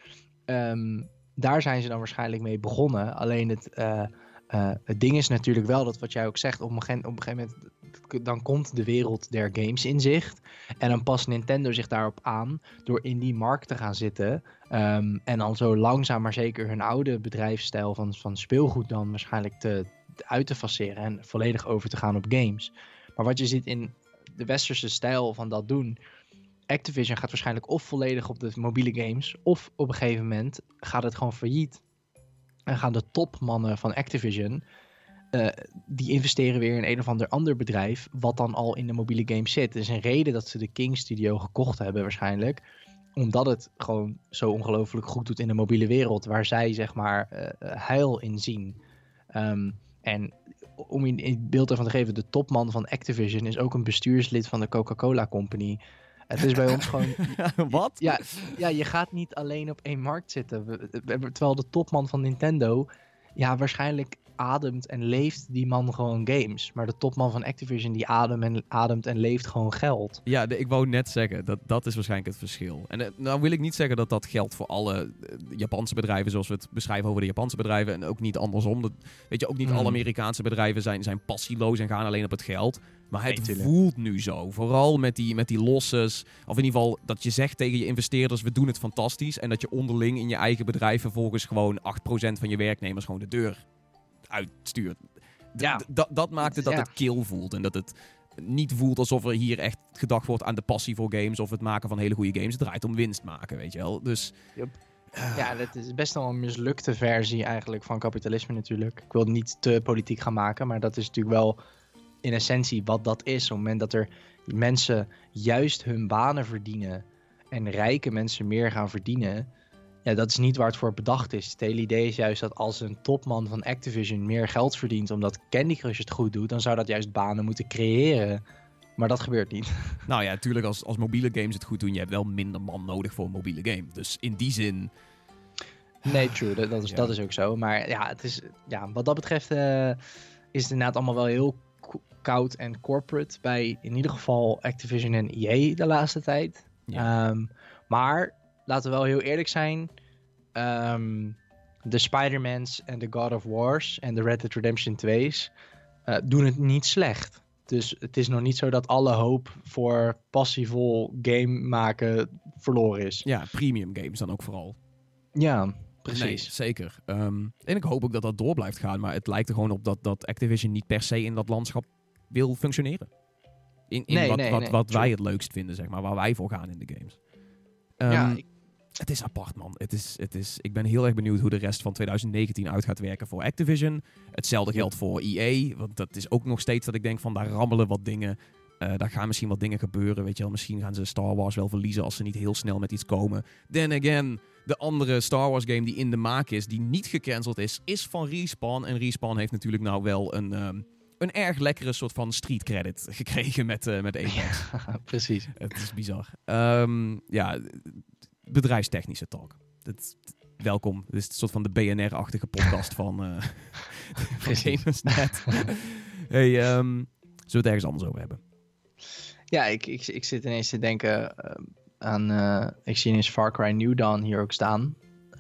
um, daar zijn ze dan waarschijnlijk mee begonnen. Alleen het, uh, uh, het ding is natuurlijk wel dat wat jij ook zegt. Op een gegeven, op een gegeven moment dan komt de wereld der games in zicht. En dan past Nintendo zich daarop aan door in die markt te gaan zitten. Um, en dan zo langzaam maar zeker hun oude bedrijfsstijl van, van speelgoed dan waarschijnlijk te, uit te faceren. En volledig over te gaan op games. Maar wat je ziet in de westerse stijl van dat doen... Activision gaat waarschijnlijk of volledig op de mobiele games... of op een gegeven moment gaat het gewoon failliet. En gaan de topmannen van Activision... Uh, die investeren weer in een of ander ander bedrijf... wat dan al in de mobiele games zit. Er is een reden dat ze de King Studio gekocht hebben waarschijnlijk... omdat het gewoon zo ongelooflijk goed doet in de mobiele wereld... waar zij zeg maar uh, heil in zien. Um, en om je een beeld ervan te geven... de topman van Activision is ook een bestuurslid van de Coca-Cola Company... Het is bij ons gewoon... Wat? Ja, ja, je gaat niet alleen op één markt zitten. Terwijl de topman van Nintendo... Ja, waarschijnlijk ademt en leeft die man gewoon games. Maar de topman van Activision die ademt en, ademt en leeft gewoon geld. Ja, de, ik wou net zeggen, dat, dat is waarschijnlijk het verschil. En uh, nou wil ik niet zeggen dat dat geldt voor alle uh, Japanse bedrijven... zoals we het beschrijven over de Japanse bedrijven... en ook niet andersom. Dat, weet je, ook niet mm. alle Amerikaanse bedrijven zijn, zijn passieloos en gaan alleen op het geld... Maar het nee, voelt nu zo. Vooral met die, met die losses. Of in ieder geval dat je zegt tegen je investeerders... we doen het fantastisch. En dat je onderling in je eigen bedrijf... vervolgens gewoon acht procent van je werknemers... gewoon de deur uitstuurt. D- ja. d- d- dat maakt het dat ja. het kill voelt. En dat het niet voelt alsof er hier echt gedacht wordt... aan de passie voor games... of het maken van hele goede games. Het draait om winst maken, weet je wel. Dus... Yep. Uh, ja, dat is best wel een mislukte versie eigenlijk van kapitalisme natuurlijk. Ik wil het niet te politiek gaan maken... maar dat is natuurlijk wel... in essentie wat dat is. Op het moment dat er mensen juist hun banen verdienen... en rijke mensen meer gaan verdienen... ja, dat is niet waar het voor bedacht is. Het hele idee is juist dat als een topman van Activision meer geld verdient... omdat Candy Crush het goed doet... dan zou dat juist banen moeten creëren. Maar dat gebeurt niet. Nou ja, natuurlijk als, als mobiele games het goed doen... je hebt wel minder man nodig voor een mobiele game. Dus in die zin... Nee, true. Dat, dat, is, ja. dat is ook zo. Maar ja, het is, ja wat dat betreft... Uh, is het inderdaad allemaal wel heel... koud en corporate bij in ieder geval Activision en E A de laatste tijd. Ja. Um, maar laten we wel heel eerlijk zijn. Um, de Spider-Mans en de God of Wars en de Red Dead Redemption twee's. uh, doen het niet slecht. Dus het is nog niet zo dat alle hoop voor passievol game maken verloren is. Ja, premium games dan ook vooral. Ja, precies. Nee, zeker. Um, en ik hoop ook dat dat door blijft gaan. Maar het lijkt er gewoon op dat, dat Activision niet per se in dat landschap wil functioneren. In, in nee, wat, nee, wat, nee, wat wij het leukst vinden, zeg maar. Waar wij voor gaan in de games. Um, ja, ik... Het is apart, man. Het is, het is, ik ben heel erg benieuwd hoe de rest van twintig negentien uit gaat werken voor Activision. Hetzelfde geldt voor E A. Want dat is ook nog steeds dat ik denk van, daar rammelen wat dingen. Uh, daar gaan misschien wat dingen gebeuren, weet je wel. Misschien gaan ze Star Wars wel verliezen als ze niet heel snel met iets komen. Then again, de andere Star Wars game die in de maak is, die niet gecanceld is, is van Respawn. En Respawn heeft natuurlijk nou wel een, um, een erg lekkere soort van street credit gekregen met, uh, met Apex. Ja, precies. Het is bizar. Um, ja, bedrijfstechnische talk. Dat, welkom. Dit is een soort van de B N R-achtige podcast van, uh, van Gamersnet. Hey, um, zullen we het ergens anders over hebben? Ja, ik, ik, ik zit ineens te denken uh, aan... Uh, ik zie ineens Far Cry New Dawn hier ook staan.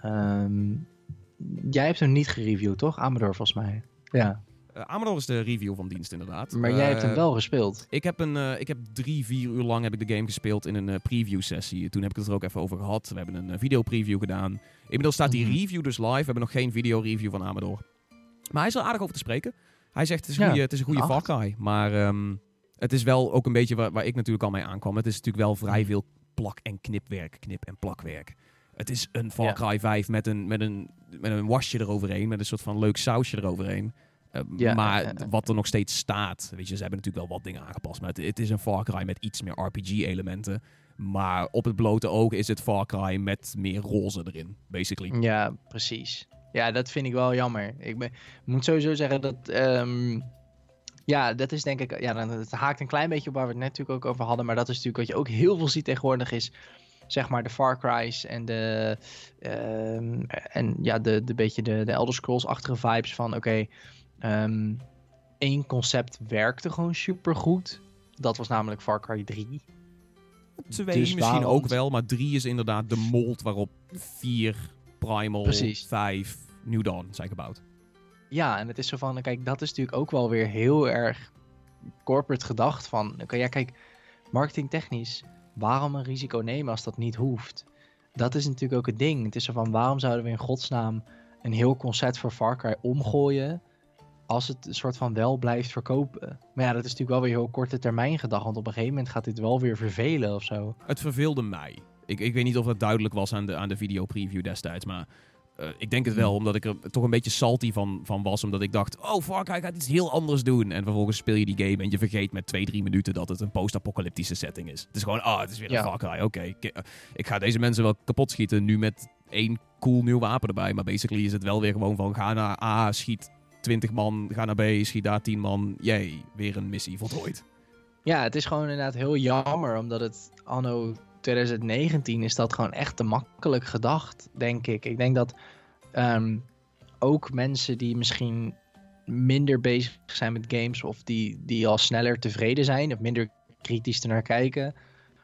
Um, jij hebt hem niet gereviewd, toch? Amador, volgens mij. Ja. Uh, Amador is de review van dienst, inderdaad. Maar jij uh, hebt hem wel gespeeld. Ik heb, een, uh, ik heb drie, vier uur lang heb ik de game gespeeld in een uh, preview-sessie. Toen heb ik het er ook even over gehad. We hebben een uh, video-preview gedaan. Inmiddels staat die mm-hmm. review dus live. We hebben nog geen video-review van Amador. Maar hij is er aardig over te spreken. Hij zegt, het is, ja, goeie, het is een goede Far Cry. Maar um, het is wel ook een beetje waar, waar ik natuurlijk al mee aankwam. Het is natuurlijk wel vrij veel plak- en knipwerk. Knip- en plakwerk. Het is een Far Cry ja. vijf met een, met, een, met een wasje eroverheen. Met een soort van leuk sausje eroverheen. Uh, ja, maar uh, uh, wat er nog steeds staat, weet je, ze hebben natuurlijk wel wat dingen aangepast, maar het, het is een Far Cry met iets meer R P G-elementen. Maar op het blote oog is het Far Cry met meer roze erin, basically. Ja, precies. Ja, dat vind ik wel jammer. Ik ben, moet sowieso zeggen dat... Um, ja, dat is denk ik... Ja, het haakt een klein beetje op waar we het net natuurlijk ook over hadden, maar dat is natuurlijk wat je ook heel veel ziet tegenwoordig is... zeg maar de Far Cry's en de... Um, en ja, de, de beetje de, de Elder Scrolls-achtige vibes van... oké. Okay, Um, één concept werkte gewoon supergoed. Dat was namelijk Far Cry drie. Twee dus misschien waarom... ook wel, maar drie is inderdaad de mold waarop vier, Primal, Precies. vijf, New Dawn zijn gebouwd. Ja, en het is zo van, kijk, dat is natuurlijk ook wel weer heel erg corporate gedacht van, okay, ja kijk, marketingtechnisch, waarom een risico nemen als dat niet hoeft? Dat is natuurlijk ook het ding. Het is zo van, waarom zouden we in godsnaam een heel concept voor Far Cry omgooien als het een soort van wel blijft verkopen? Maar ja, dat is natuurlijk wel weer heel korte termijn gedacht. Want op een gegeven moment gaat dit wel weer vervelen of zo. Het verveelde mij. Ik, ik weet niet of dat duidelijk was aan de, aan de video preview destijds. Maar uh, ik denk het wel, omdat ik er toch een beetje salty van, van was. Omdat ik dacht, oh Far Cry gaat iets heel anders doen. En vervolgens speel je die game en je vergeet met twee, drie minuten dat het een post-apocalyptische setting is. Het is gewoon, ah, oh, het is weer een ja. Far Cry. Oké, okay. ik, uh, ik ga deze mensen wel kapot schieten nu met één cool nieuw wapen erbij. Maar basically is het wel weer gewoon van, ga naar A, schiet twintig man, ga naar B, schiet daar tien man. Jee, weer een missie voltooid. Ja, het is gewoon inderdaad heel jammer, omdat het anno twintig negentien is dat gewoon echt te makkelijk gedacht, denk ik. Ik denk dat um, ook mensen die misschien minder bezig zijn met games of die, die al sneller tevreden zijn of minder kritisch ernaar kijken,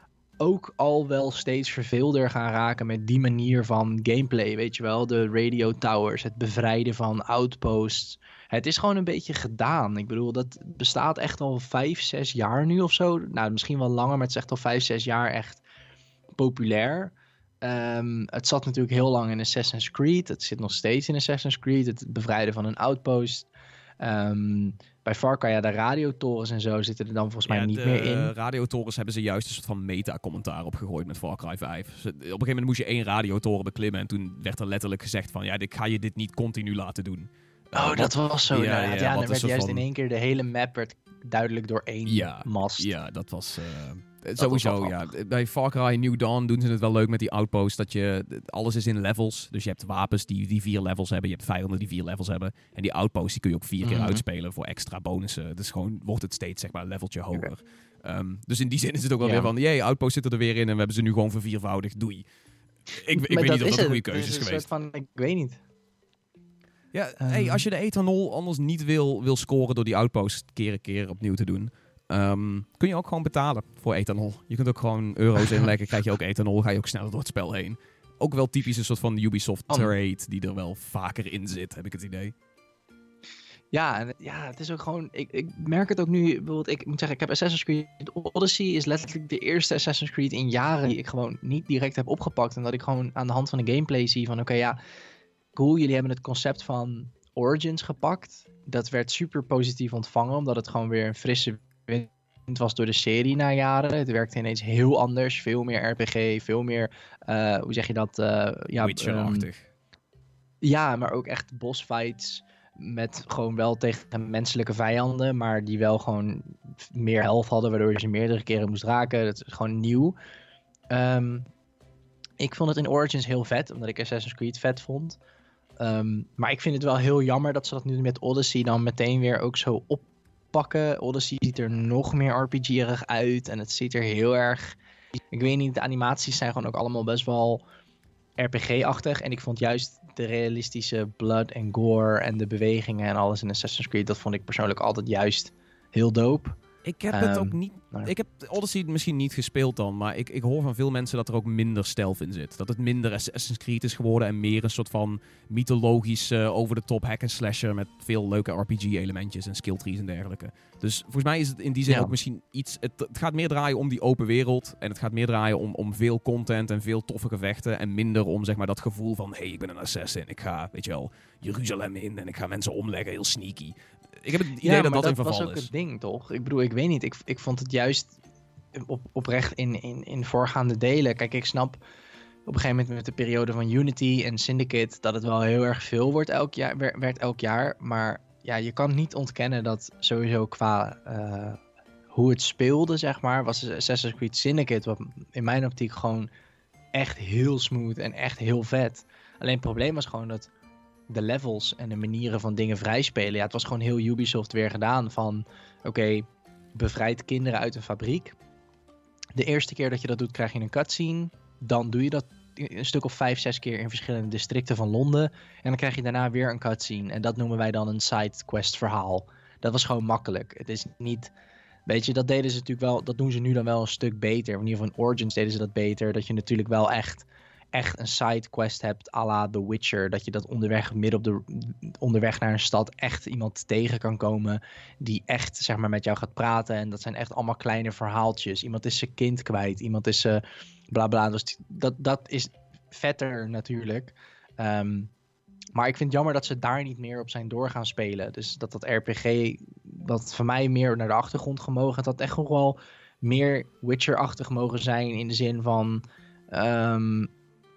ook al wel steeds verveelder gaan raken met die manier van gameplay, weet je wel. De radio towers, het bevrijden van outposts. Het is gewoon een beetje gedaan. Ik bedoel, dat bestaat echt al vijf, zes jaar nu of zo. Nou, misschien wel langer, maar het is echt al vijf, zes jaar echt populair. Um, het zat natuurlijk heel lang in Assassin's Creed. Het zit nog steeds in Assassin's Creed. Het bevrijden van een outpost. Um, bij Far Cry, ja, de radiotorens en zo zitten er dan volgens mij ja, niet meer in. De radiotorens hebben ze juist een soort van meta-commentaar opgegooid met Far Cry vijf. Op een gegeven moment moest je één radiotoren beklimmen en toen werd er letterlijk gezegd van, ja, ik ga je dit niet continu laten doen. Oh, uh, dat wat, was zo. Ja, ja, ja, ja dan werd juist van in één keer de hele map werd duidelijk door één ja, mast. Ja, dat was... Uh, dat sowieso, was ja. Bij Far Cry New Dawn doen ze het wel leuk met die outposts. Dat je, alles is in levels. Dus je hebt wapens die, die vier levels hebben. Je hebt vijanden die vier levels hebben. En die outposts die kun je ook vier mm-hmm. keer uitspelen voor extra bonussen. Dus gewoon wordt het steeds zeg maar een leveltje hoger. Okay. Um, dus in die zin is het ook wel ja. weer van... Jee, outposts zitten er weer in en we hebben ze nu gewoon verviervoudigd. Doei. Ik, ik weet niet of dat een goede keuze is, is geweest. Van, ik weet niet. Ja, um. hey, als je de ethanol anders niet wil, wil scoren door die outposts keer een keer opnieuw te doen... Um, kun je ook gewoon betalen voor ethanol. Je kunt ook gewoon euro's inleggen, krijg je ook ethanol, ga je ook sneller door het spel heen. Ook wel typisch een soort van Ubisoft trade die er wel vaker in zit, heb ik het idee. Ja, en, ja, het is ook gewoon... Ik, ik merk het ook nu... Bijvoorbeeld, ik moet zeggen, ik heb Assassin's Creed Odyssey... is letterlijk de eerste Assassin's Creed in jaren... die ik gewoon niet direct heb opgepakt. En dat ik gewoon aan de hand van de gameplay zie van... Oké, okay, ja, cool, jullie hebben het concept van Origins gepakt. Dat werd super positief ontvangen... omdat het gewoon weer een frisse wind was door de serie na jaren. Het werkte ineens heel anders. Veel meer R P G, veel meer... Uh, hoe zeg je dat? Uh, ja, Witcher-achtig. Um, ja, maar ook echt bossfights... met gewoon wel tegen menselijke vijanden, maar die wel gewoon meer health hadden, waardoor je ze meerdere keren moest raken. Dat is gewoon nieuw. Um, ik vond het in Origins heel vet, omdat ik Assassin's Creed vet vond. Um, maar ik vind het wel heel jammer dat ze dat nu met Odyssey dan meteen weer ook zo oppakken. Odyssey ziet er nog meer R P G-erig uit en het ziet er heel erg... Ik weet niet, de animaties zijn gewoon ook allemaal best wel R P G-achtig. En ik vond juist de realistische blood en gore en de bewegingen en alles in Assassin's Creed, dat vond ik persoonlijk altijd juist heel dope. Ik heb um, het ook niet... Nou. Ik heb Odyssey misschien niet gespeeld dan, maar ik, ik hoor van veel mensen dat er ook minder stealth in zit. Dat het minder Assassin's Creed is geworden en meer een soort van mythologisch uh, over-the-top hack-and-slasher met veel leuke R P G-elementjes en skilltrees en dergelijke. Dus volgens mij is het in die zin ja. ook misschien iets... Het, het gaat meer draaien om die open wereld en het gaat meer draaien om, om veel content en veel toffe gevechten en minder om zeg maar dat gevoel van hé, hey, ik ben een assassin, ik ga, weet je wel, Jeruzalem in en ik ga mensen omleggen, heel sneaky. Ik heb het idee ja, dat dat, dat in verval is. Dat was ook het ding, toch? Ik bedoel, ik weet niet. Ik, ik vond het juist op, oprecht in, in, in voorgaande delen. Kijk, ik snap op een gegeven moment met de periode van Unity en Syndicate dat het wel heel erg veel wordt elk jaar, werd elk jaar. Maar ja, je kan niet ontkennen dat sowieso qua uh, hoe het speelde, zeg maar, was Assassin's Creed Syndicate wat in mijn optiek gewoon echt heel smooth en echt heel vet. Alleen het probleem was gewoon dat de levels en de manieren van dingen vrijspelen. Ja, het was gewoon heel Ubisoft weer gedaan van... Oké, okay, bevrijd kinderen uit een fabriek. De eerste keer dat je dat doet, krijg je een cutscene. Dan doe je dat een stuk of vijf, zes keer in verschillende districten van Londen. En dan krijg je daarna weer een cutscene. En dat noemen wij dan een sidequest verhaal. Dat was gewoon makkelijk. Het is niet... Weet je, dat deden ze natuurlijk wel... Dat doen ze nu dan wel een stuk beter. In ieder geval in Origins deden ze dat beter. Dat je natuurlijk wel echt... echt een sidequest hebt à la The Witcher. Dat je dat onderweg, midden op de onderweg naar een stad echt iemand tegen kan komen die echt zeg maar met jou gaat praten. En dat zijn echt allemaal kleine verhaaltjes. Iemand is zijn kind kwijt. Iemand is uh, bla bla. Dus dat, dat is vetter natuurlijk. Um, maar ik vind het jammer dat ze daar niet meer op zijn door gaan spelen. Dus dat dat R P G, dat voor mij meer naar de achtergrond gemogen. Dat echt nog wel meer Witcher-achtig mogen zijn in de zin van... Um,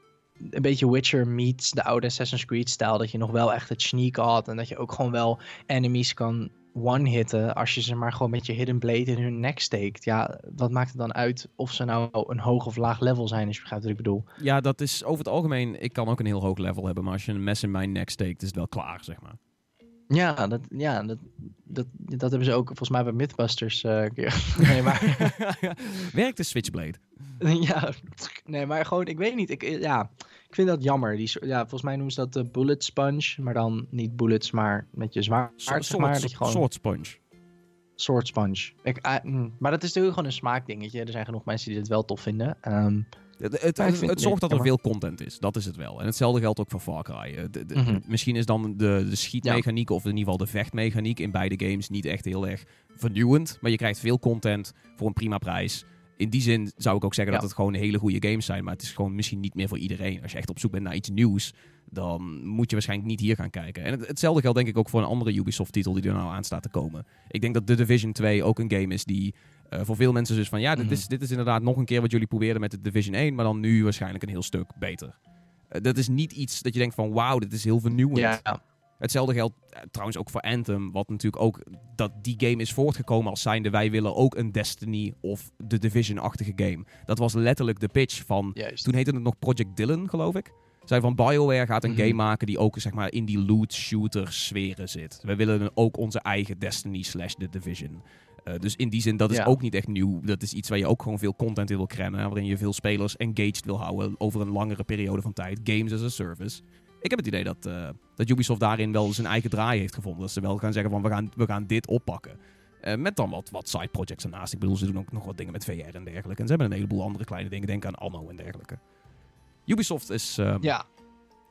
een beetje Witcher meets de oude Assassin's Creed-stijl. Dat je nog wel echt het sneak had. En dat je ook gewoon wel enemies kan one-hitten. Als je ze maar gewoon met je hidden blade in hun nek steekt. Ja, wat maakt het dan uit of ze nou een hoog of laag level zijn? Als je begrijpt wat ik bedoel. Ja, dat is over het algemeen... Ik kan ook een heel hoog level hebben. Maar als je een mes in mijn nek steekt, is het wel klaar, zeg maar. Ja, dat, ja dat, dat, dat hebben ze ook volgens mij bij Mythbusters uh, een keer. Nee, maar... Werkt de Switchblade? Ja, nee, maar gewoon, ik weet niet. Ik, ja, ik vind dat jammer. Die, ja, volgens mij noemen ze dat de bullet sponge. Maar dan niet bullets, maar met je zwaard, so, zeg maar. Sword, dat je gewoon... sword sponge. Sword sponge. Ik, uh, mm, maar dat is natuurlijk gewoon een smaakdingetje. Er zijn genoeg mensen die dit wel tof vinden. Um, Het, het, het, vind, het zorgt nee, dat er veel content is. Dat is het wel. En hetzelfde geldt ook voor Far Cry. De, de, mm-hmm. Misschien is dan de, de schietmechaniek ja. of in ieder geval de vechtmechaniek in beide games niet echt heel erg vernieuwend. Maar je krijgt veel content voor een prima prijs. In die zin zou ik ook zeggen ja. dat het gewoon hele goede games zijn. Maar het is gewoon misschien niet meer voor iedereen. Als je echt op zoek bent naar iets nieuws, dan moet je waarschijnlijk niet hier gaan kijken. En het, hetzelfde geldt denk ik ook voor een andere Ubisoft-titel die er nou aan staat te komen. Ik denk dat The Division twee ook een game is die uh, voor veel mensen dus van... Ja, dit, mm-hmm. is, dit is inderdaad nog een keer wat jullie probeerden met de Division één, maar dan nu waarschijnlijk een heel stuk beter. Uh, dat is niet iets dat je denkt van wauw, dit is heel vernieuwend. Ja. Hetzelfde geldt uh, trouwens ook voor Anthem, wat natuurlijk ook dat die game is voortgekomen als zijnde wij willen ook een Destiny of de Division-achtige game. Dat was letterlijk de pitch van, Juist. Toen heette het nog Project Dylan, geloof ik. Zij van BioWare gaat een mm-hmm. game maken die ook zeg maar in die loot-shooter sferen zit. We willen ook onze eigen Destiny slash The Division. Uh, dus in die zin, dat is ja. ook niet echt nieuw. Dat is iets waar je ook gewoon veel content in wil crammen, waarin je veel spelers engaged wil houden over een langere periode van tijd. Games as a service. Ik heb het idee dat, uh, dat Ubisoft daarin wel zijn eigen draai heeft gevonden. Dat ze wel gaan zeggen van we gaan, we gaan dit oppakken. Uh, met dan wat, wat side projects ernaast. Ik bedoel, ze doen ook nog wat dingen met V R en dergelijke. En ze hebben een heleboel andere kleine dingen. Denk aan Anno en dergelijke. Ubisoft is... Uh, ja.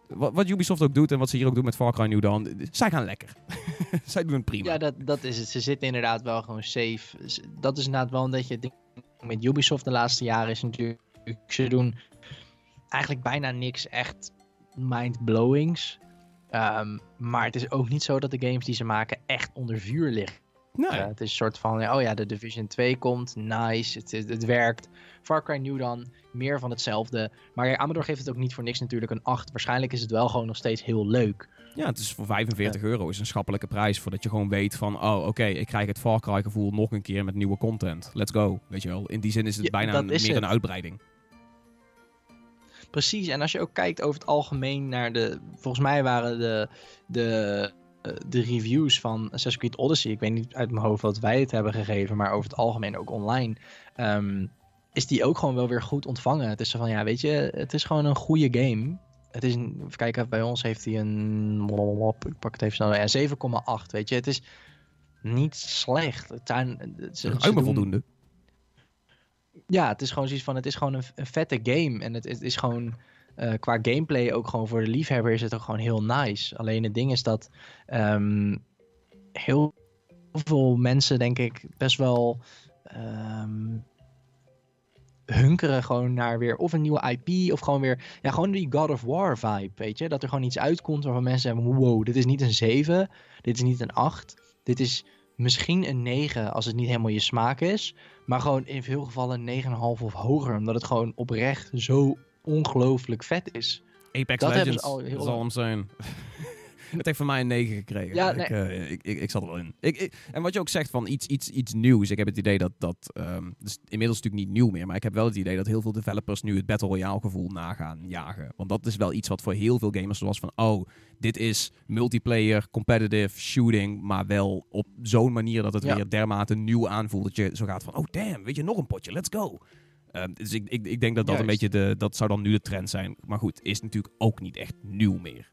wat, wat Ubisoft ook doet en wat ze hier ook doen met Far Cry New Dawn, zij gaan lekker. Zij doen het prima. Ja, dat, dat is het. Ze zitten inderdaad wel gewoon safe. Dat is inderdaad wel een beetje het ding met Ubisoft de laatste jaren is natuurlijk, ze doen eigenlijk bijna niks echt mind-blowings. Um, maar het is ook niet zo dat de games die ze maken echt onder vuur liggen. Nee. Uh, het is een soort van, oh ja, de Division twee komt, nice, het, het, het werkt. Far Cry New Dawn, meer van hetzelfde. Maar ja, Amador geeft het ook niet voor niks natuurlijk een acht. Waarschijnlijk is het wel gewoon nog steeds heel leuk. Ja, het is voor vijfenveertig euro is een schappelijke prijs. Voordat je gewoon weet van, oh oké, okay, ik krijg het Far Cry gevoel nog een keer met nieuwe content. Let's go, weet je wel. In die zin is het ja, bijna een, meer het. een uitbreiding. Precies, en als je ook kijkt over het algemeen naar de... Volgens mij waren de, de, de reviews van Assassin's Creed Odyssey... Ik weet niet uit mijn hoofd wat wij het hebben gegeven... maar over het algemeen ook online... Um, is die ook gewoon wel weer goed ontvangen. Het is zo van, ja, weet je... Het is gewoon een goede game. Het is een... Even kijken, bij ons heeft hij een... Ik pak het even snel. Ja, zeven komma acht, weet je. Het is niet slecht. Het zijn... Ze, ze doen... voldoende. Ja, het is gewoon zoiets van, het is gewoon een, een vette game. En het, het is gewoon, uh, qua gameplay ook gewoon voor de liefhebber is het ook gewoon heel nice. Alleen het ding is dat um, heel veel mensen, denk ik, best wel um, hunkeren gewoon naar weer of een nieuwe I P of gewoon weer, ja, gewoon die God of War vibe, weet je. Dat er gewoon iets uitkomt waarvan mensen zeggen, wow, dit is niet een zeven, dit is niet een acht, dit is... Misschien een negen als het niet helemaal je smaak is. Maar gewoon in veel gevallen een negen komma vijf of hoger. Omdat het gewoon oprecht zo ongelooflijk vet is. Apex dat Legends al heel zal hem zijn. Het heeft van mij een negen gekregen. Ja, nee. ik, uh, ik, ik, ik zat er wel in. Ik, ik, en wat je ook zegt van iets, iets, iets nieuws. Ik heb het idee dat... dat um, dus inmiddels natuurlijk niet nieuw meer. Maar ik heb wel het idee dat heel veel developers nu het Battle Royale gevoel nagaan jagen. Want dat is wel iets wat voor heel veel gamers was van... Oh, dit is multiplayer, competitive, shooting. Maar wel op zo'n manier dat het ja. weer dermate nieuw aanvoelt. Dat je zo gaat van... Oh damn, weet je, nog een potje, let's go. Uh, dus ik, ik, ik denk dat dat Juist. een beetje de... Dat zou dan nu de trend zijn. Maar goed, is natuurlijk ook niet echt nieuw meer.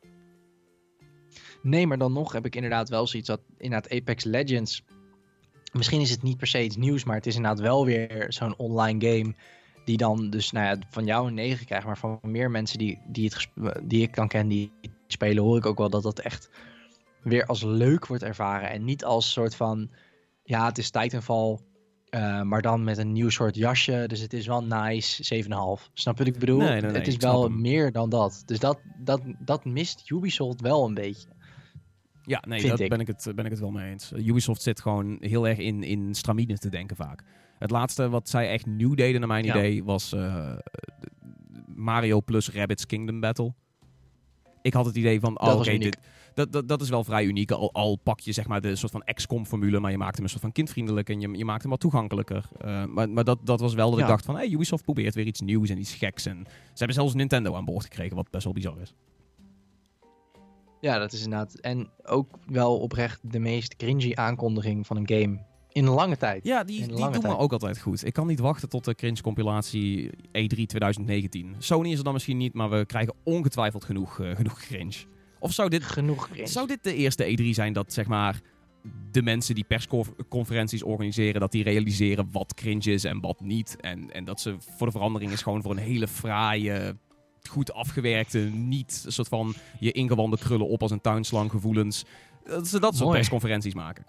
Nee, maar dan nog heb ik inderdaad wel zoiets dat inderdaad Apex Legends... Misschien is het niet per se iets nieuws, maar het is inderdaad wel weer zo'n online game... die dan dus nou ja, van jou een negen krijgt, maar van meer mensen die, die, het gesp- die ik kan kennen, die spelen, hoor ik ook wel dat dat echt weer als leuk wordt ervaren. En niet als soort van, ja, het is Titanfall, uh, maar dan met een nieuw soort jasje. Dus het is wel nice, zeven komma vijf. Snap je wat ik bedoel? Nee, nee, nee, het is wel meer dan dat. Dus dat, dat, dat mist Ubisoft wel een beetje. Ja, nee, daar ben ik, het, ben ik het wel mee eens. Ubisoft zit gewoon heel erg in, in stramine te denken vaak. Het laatste wat zij echt nieuw deden, naar mijn ja. idee, was uh, Mario plus Rabbids Kingdom Battle. Ik had het idee van, oh, oké, okay, dat, dat, dat is wel vrij uniek. Al, al pak je zeg maar de soort van X COM-formule, maar je maakt hem een soort van kindvriendelijk en je, je maakt hem wat toegankelijker. Uh, maar maar dat, dat was wel dat ja. ik dacht van, hey, Ubisoft probeert weer iets nieuws en iets geks. En ze hebben zelfs Nintendo aan boord gekregen, wat best wel bizar is. Ja, dat is inderdaad. En ook wel oprecht de meest cringy aankondiging van een game in een lange tijd. Ja, die, die doen me ook altijd goed. Ik kan niet wachten tot de cringe-compilatie E drie twintig negentien. Sony is er dan misschien niet, maar we krijgen ongetwijfeld genoeg, uh, genoeg cringe. Of zou dit, genoeg cringe. Zou dit de eerste E drie zijn dat, zeg maar, de mensen die persconferenties organiseren, dat die realiseren wat cringe is en wat niet. En, en dat ze voor de verandering is gewoon voor een hele fraaie, goed afgewerkte, niet een soort van je ingewanden krullen op als een tuinslang gevoelens. Dat ze dat soort Mooi. persconferenties maken.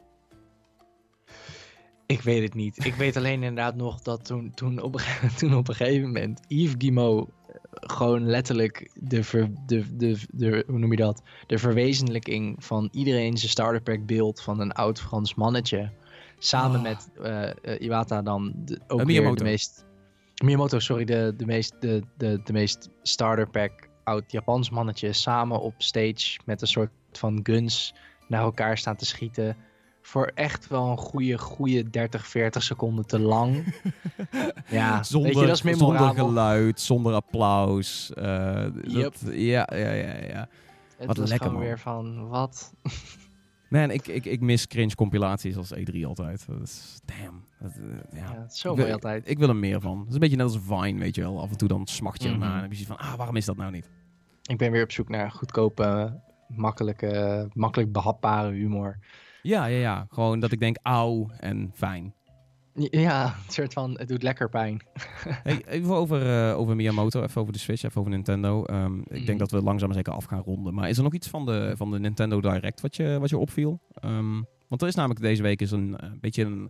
Ik weet het niet. Ik weet alleen inderdaad nog dat toen, toen, op, toen op een gegeven moment Yves Guillemot gewoon letterlijk de, ver, de, de, de, hoe noem je dat? De verwezenlijking van iedereen zijn starter pack beeld van een oud Frans mannetje. Samen oh. met uh, uh, Iwata dan de, ook uh, weer de meest... Miyamoto, sorry. De, de, meest, de, de, de meest starter pack oud Japans mannetje. Samen op stage met een soort van guns naar elkaar staan te schieten. Voor echt wel een goede, goede dertig, veertig seconden te lang. Ja, zonder, weet je, dat is memorabel. Zonder geluid, zonder applaus. Uh, yep. dat, ja, ja, ja, ja. Het wat was lekker, gewoon man. weer van, wat? Man, ik, ik, ik mis cringe compilaties als E drie altijd. Dat is, damn. Dat, uh, ja. ja, dat is zo ik, mooi altijd. Ik wil er meer van. Het is een beetje net als Vine, weet je wel. Af en toe dan smacht je mm-hmm. ernaar en dan heb je van, ah, waarom is dat nou niet? Ik ben weer op zoek naar goedkope, makkelijke, makkelijk behapbare humor. Ja, ja, ja. Gewoon dat ik denk, auw en fijn. Ja, een soort van, het doet lekker pijn. Hey, even over, uh, over Miyamoto, even over de Switch, even over Nintendo. Um, mm. Ik denk dat we langzaam maar zeker af gaan ronden. Maar is er nog iets van de, van de Nintendo Direct wat je, wat je opviel? Um, want er is namelijk deze week is een uh, beetje een...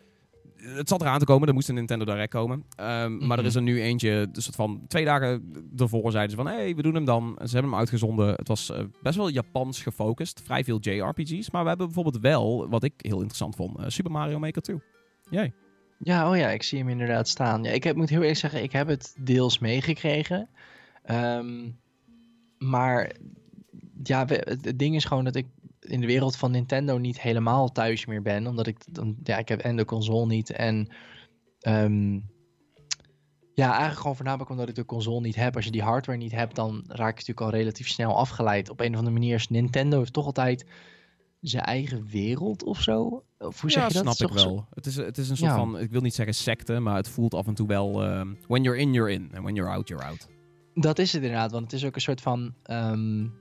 Het zat eraan te komen, er moest een Nintendo Direct komen. Um, mm-hmm. Maar er is er nu eentje, dus soort van twee dagen ervoor zeiden ze van... hé, hey, we doen hem dan. En ze hebben hem uitgezonden. Het was uh, best wel Japans gefocust. Vrij veel J R P G's. Maar we hebben bijvoorbeeld wel, wat ik heel interessant vond... Uh, Super Mario Maker twee. Jij? Ja, oh ja, ik zie hem inderdaad staan. Ja, ik heb, moet heel eerlijk zeggen, ik heb het deels meegekregen. Um, maar ja, we, het, het ding is gewoon dat ik in de wereld van Nintendo niet helemaal thuis meer ben. Omdat ik, dan, ja, ik heb en de console niet en... Um, ja, eigenlijk gewoon voornamelijk omdat ik de console niet heb. Als je die hardware niet hebt, dan raak je natuurlijk al relatief snel afgeleid. Op een of andere manier is Nintendo heeft toch altijd... zijn eigen wereld of zo? Of hoe zeg ja, je dat? snap ik wel. Zo... Het, is, het is een soort ja. van, ik wil niet zeggen secte, maar het voelt af en toe wel... Uh, when you're in, you're in. En when you're out, you're out. Dat is het inderdaad, want het is ook een soort van... Um,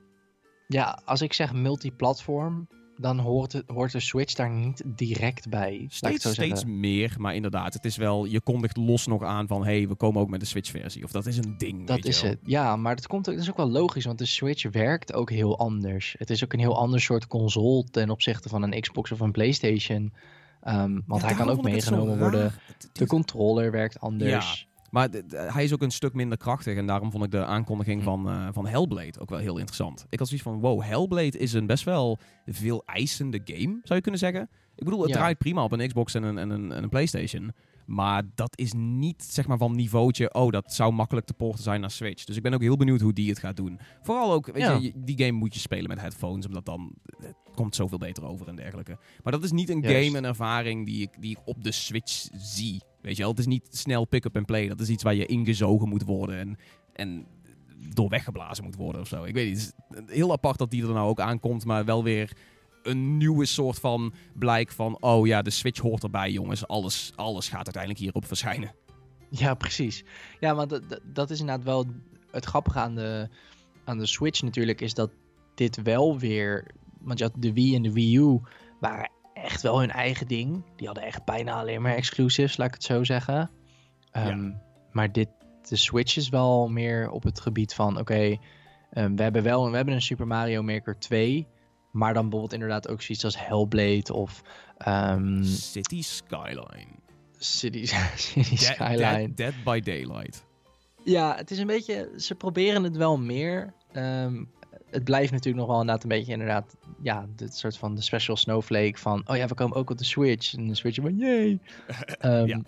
ja, als ik zeg multiplatform, dan hoort, het, hoort de Switch daar niet direct bij. Steeds, steeds meer, maar inderdaad, het is wel... Je kondigt los nog aan van, hé, hey, we komen ook met de Switch-versie. Of dat is een ding, Dat weet is je wel. het, ja, maar dat, komt ook, dat is ook wel logisch, want de Switch werkt ook heel anders. Het is ook een heel ander soort console ten opzichte van een Xbox of een PlayStation. Um, want ja, hij kan ook meegenomen worden. De controller werkt anders. Ja. Maar d- d- hij is ook een stuk minder krachtig. En daarom vond ik de aankondiging van, uh, van Hellblade ook wel heel interessant. Ik had zoiets van, wow, Hellblade is een best wel veel eisende game, zou je kunnen zeggen. Ik bedoel, het ja. draait prima op een Xbox en een, en, een, en een PlayStation. Maar dat is niet, zeg maar, van niveautje... oh, dat zou makkelijk te porten zijn naar Switch. Dus ik ben ook heel benieuwd hoe die het gaat doen. Vooral ook, weet ja. je, die game moet je spelen met headphones... omdat dan... het komt zoveel beter over en dergelijke. Maar dat is niet een Juist. game en ervaring die ik, die ik op de Switch zie. Weet je wel, het is niet snel pick-up en play. Dat is iets waar je ingezogen moet worden... en, en door weggeblazen moet worden of zo. Ik weet niet, het is heel apart dat die er nou ook aankomt... maar wel weer... een nieuwe soort van blijk van... oh ja, de Switch hoort erbij, jongens. Alles, alles gaat uiteindelijk hierop verschijnen. Ja, precies. Ja, maar dat, dat, dat is inderdaad wel... het grappige aan de, aan de Switch natuurlijk... is dat dit wel weer... want je had de Wii en de Wii U... waren echt wel hun eigen ding. Die hadden echt bijna alleen maar exclusives, laat ik het zo zeggen. Um, ja. Maar dit, de Switch is wel meer op het gebied van... oké, okay, um, we hebben wel we hebben een Super Mario Maker twee... maar dan bijvoorbeeld inderdaad ook zoiets als Hellblade of... Um, City Skyline. City, City Skyline. Dead, Dead by Daylight. Ja, het is een beetje... Ze proberen het wel meer. Um, het blijft natuurlijk nog wel inderdaad een beetje inderdaad... ja, dit soort van de special snowflake van... oh ja, we komen ook op de Switch. En de Switch van, yay! um, ja.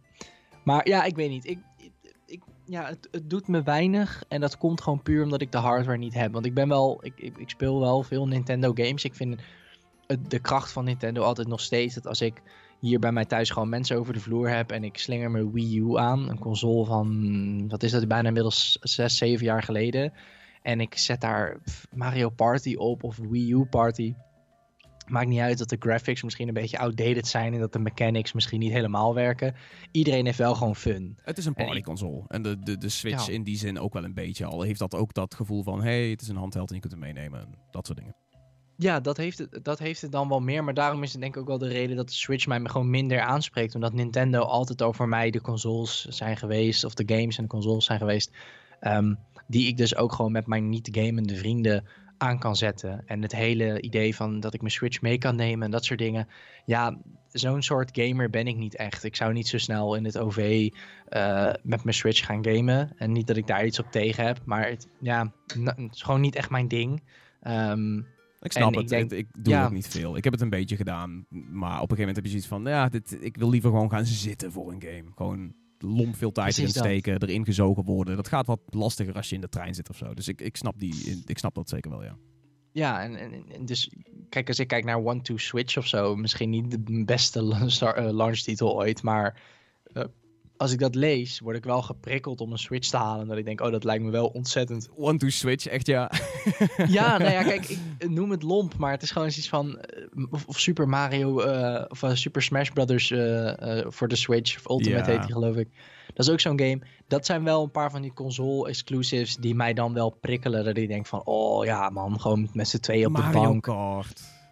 Maar ja, ik weet niet. Ik... ik Ja, het, het doet me weinig en dat komt gewoon puur omdat ik de hardware niet heb. Want ik ben wel, ik, ik, ik speel wel veel Nintendo games. Ik vind het, de kracht van Nintendo altijd nog steeds dat als ik hier bij mij thuis gewoon mensen over de vloer heb en ik slinger mijn Wii U aan, een console van, wat is dat, bijna inmiddels zes, zeven jaar geleden. En ik zet daar Mario Party op of Wii U Party. Maakt niet uit dat de graphics misschien een beetje outdated zijn en dat de mechanics misschien niet helemaal werken. Iedereen heeft wel gewoon fun. Het is een partyconsole. En de, de, de Switch ja. in die zin ook wel een beetje al. Heeft dat ook dat gevoel van, hey, het is een handheld en je kunt het meenemen. En dat soort dingen. Ja, dat heeft, het, dat heeft het dan wel meer. Maar daarom is het denk ik ook wel de reden dat de Switch mij gewoon minder aanspreekt. Omdat Nintendo altijd over mij de consoles zijn geweest. Of de games en de consoles zijn geweest. Um, die ik dus ook gewoon met mijn niet-gamende vrienden aan kan zetten. En het hele idee van dat ik mijn Switch mee kan nemen en dat soort dingen. Ja, zo'n soort gamer ben ik niet echt. Ik zou niet zo snel in het O V uh, met mijn Switch gaan gamen. En niet dat ik daar iets op tegen heb. Maar het, ja, het is gewoon niet echt mijn ding. Um, ik snap het. Ik, denk, ik doe ja. ook niet veel. Ik heb het een beetje gedaan. Maar op een gegeven moment heb je zoiets van... ja, dit, ik wil liever gewoon gaan zitten voor een game. Gewoon lomp veel tijd Precies erin steken, dat. erin gezogen worden. Dat gaat wat lastiger als je in de trein zit of zo. Dus ik, ik, snap, die, ik snap dat zeker wel, ja. Ja, en, en, en dus kijk, als ik kijk naar One to Switch of zo, misschien niet de beste launch titel ooit, maar uh, als ik dat lees, word ik wel geprikkeld om een Switch te halen. Dat ik denk, oh, dat lijkt me wel ontzettend. One to Switch, echt ja. Ja, nou ja, kijk, ik noem het lomp, maar het is gewoon iets van uh, of, of Super Mario uh, of uh, Super Smash Brothers uh, uh, voor de Switch, of Ultimate ja. heet die, geloof ik. Dat is ook zo'n game. Dat zijn wel een paar van die console exclusives die mij dan wel prikkelen. Dat ik denk van, oh ja man, gewoon met z'n tweeën op Mario de bank. Kart.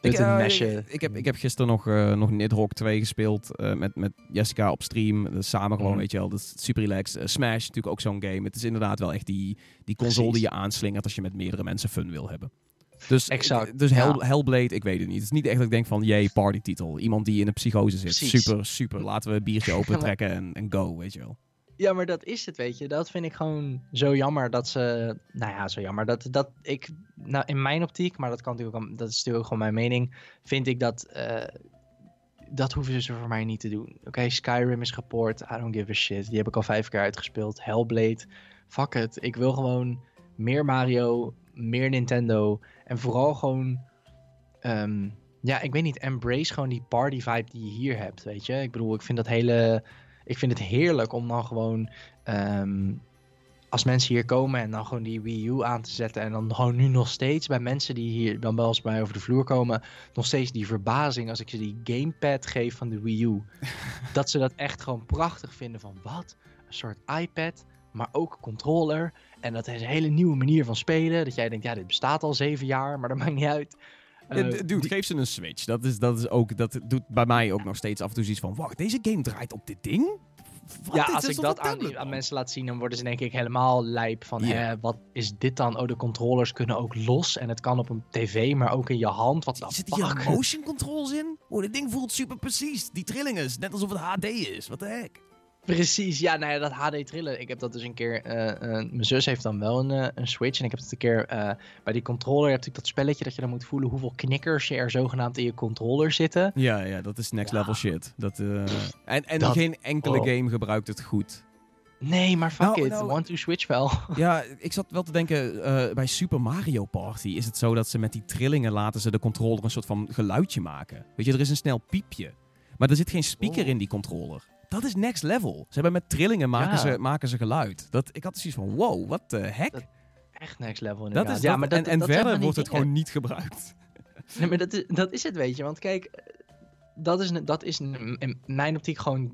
Met Ik, een uh, mesje. ik, ik, heb, ik heb gisteren nog, uh, nog Nidhogg twee gespeeld uh, met, met Jessica op stream. Dus samen gewoon, mm. weet je wel. Dat is super relaxed. Uh, Smash is natuurlijk ook zo'n game. Het is inderdaad wel echt die, die console Precies. die je aanslingert als je met meerdere mensen fun wil hebben. Dus, exact. Dus Hell, ja. Hellblade, ik weet het niet. Het is niet echt dat ik denk van, jee, partytitel. Iemand die in een psychose zit. Precies. Super, super. Laten we een biertje open trekken en, en go, weet je wel. Ja, maar dat is het, weet je. Dat vind ik gewoon zo jammer dat ze... Nou ja, zo jammer. Dat, dat ik... Nou, in mijn optiek, maar dat kan natuurlijk ook... Dat is natuurlijk ook gewoon mijn mening. Vind ik dat... Uh, dat hoeven ze voor mij niet te doen. Oké, okay, Skyrim is gepoord. I don't give a shit. Die heb ik al vijf keer uitgespeeld. Hellblade. Fuck it. Ik wil gewoon meer Mario, meer Nintendo. En vooral gewoon... Um, ja, ik weet niet. Embrace gewoon die party vibe die je hier hebt, weet je. Ik bedoel, ik vind dat hele... Ik vind het heerlijk om dan gewoon... Um, als mensen hier komen en dan gewoon die Wii U aan te zetten... en dan gewoon nu nog steeds bij mensen die hier dan wel eens bij over de vloer komen... nog steeds die verbazing als ik ze die gamepad geef van de Wii U. Dat ze dat echt gewoon prachtig vinden van wat? Een soort iPad, maar ook controller. En dat is een hele nieuwe manier van spelen. Dat jij denkt, ja, dit bestaat al zeven jaar, maar dat maakt niet uit... Uh, Dude, die... geef ze een Switch. Dat, is, dat, is ook, dat doet bij mij ook nog steeds af en toe zoiets van... Wacht, deze game draait op dit ding? Wat, ja, dit als ik dat aan, aan mensen laat zien... dan worden ze denk ik helemaal lijp van... Yeah. Hè, wat is dit dan? Oh, de controllers kunnen ook los. En het kan op een tv, maar ook in je hand. Wat Zit hier motion controls in? Oh, dit ding voelt super precies. Die trilling is net alsof het H D is. Wat de heck? Precies, ja, nou ja, dat H D trillen. Ik heb dat dus een keer... Uh, uh, mijn zus heeft dan wel een, uh, een Switch. En ik heb het een keer uh, bij die controller... Je hebt natuurlijk dat spelletje dat je dan moet voelen... hoeveel knikkers er zogenaamd in je controller zitten. Ja, ja, dat is next ja. level shit. Dat, uh, en en dat, geen enkele oh. game gebruikt het goed. Nee, maar fuck nou, it. Nou, One to Switch wel. Ja, ik zat wel te denken... Uh, bij Super Mario Party is het zo dat ze met die trillingen... laten ze de controller een soort van geluidje maken. Weet je, er is een snel piepje. Maar er zit geen speaker oh. in die controller. Dat is next level. Ze hebben met trillingen maken, ja. ze, maken ze geluid. Dat, ik had zoiets van, wow, wat de heck? Dat, echt next level inderdaad. Dat is ja, dat, maar dat, en en dat verder wordt het gewoon niet gebruikt. Nee, maar dat is, dat is het, weet je. Want kijk, dat is, dat is in mijn optiek gewoon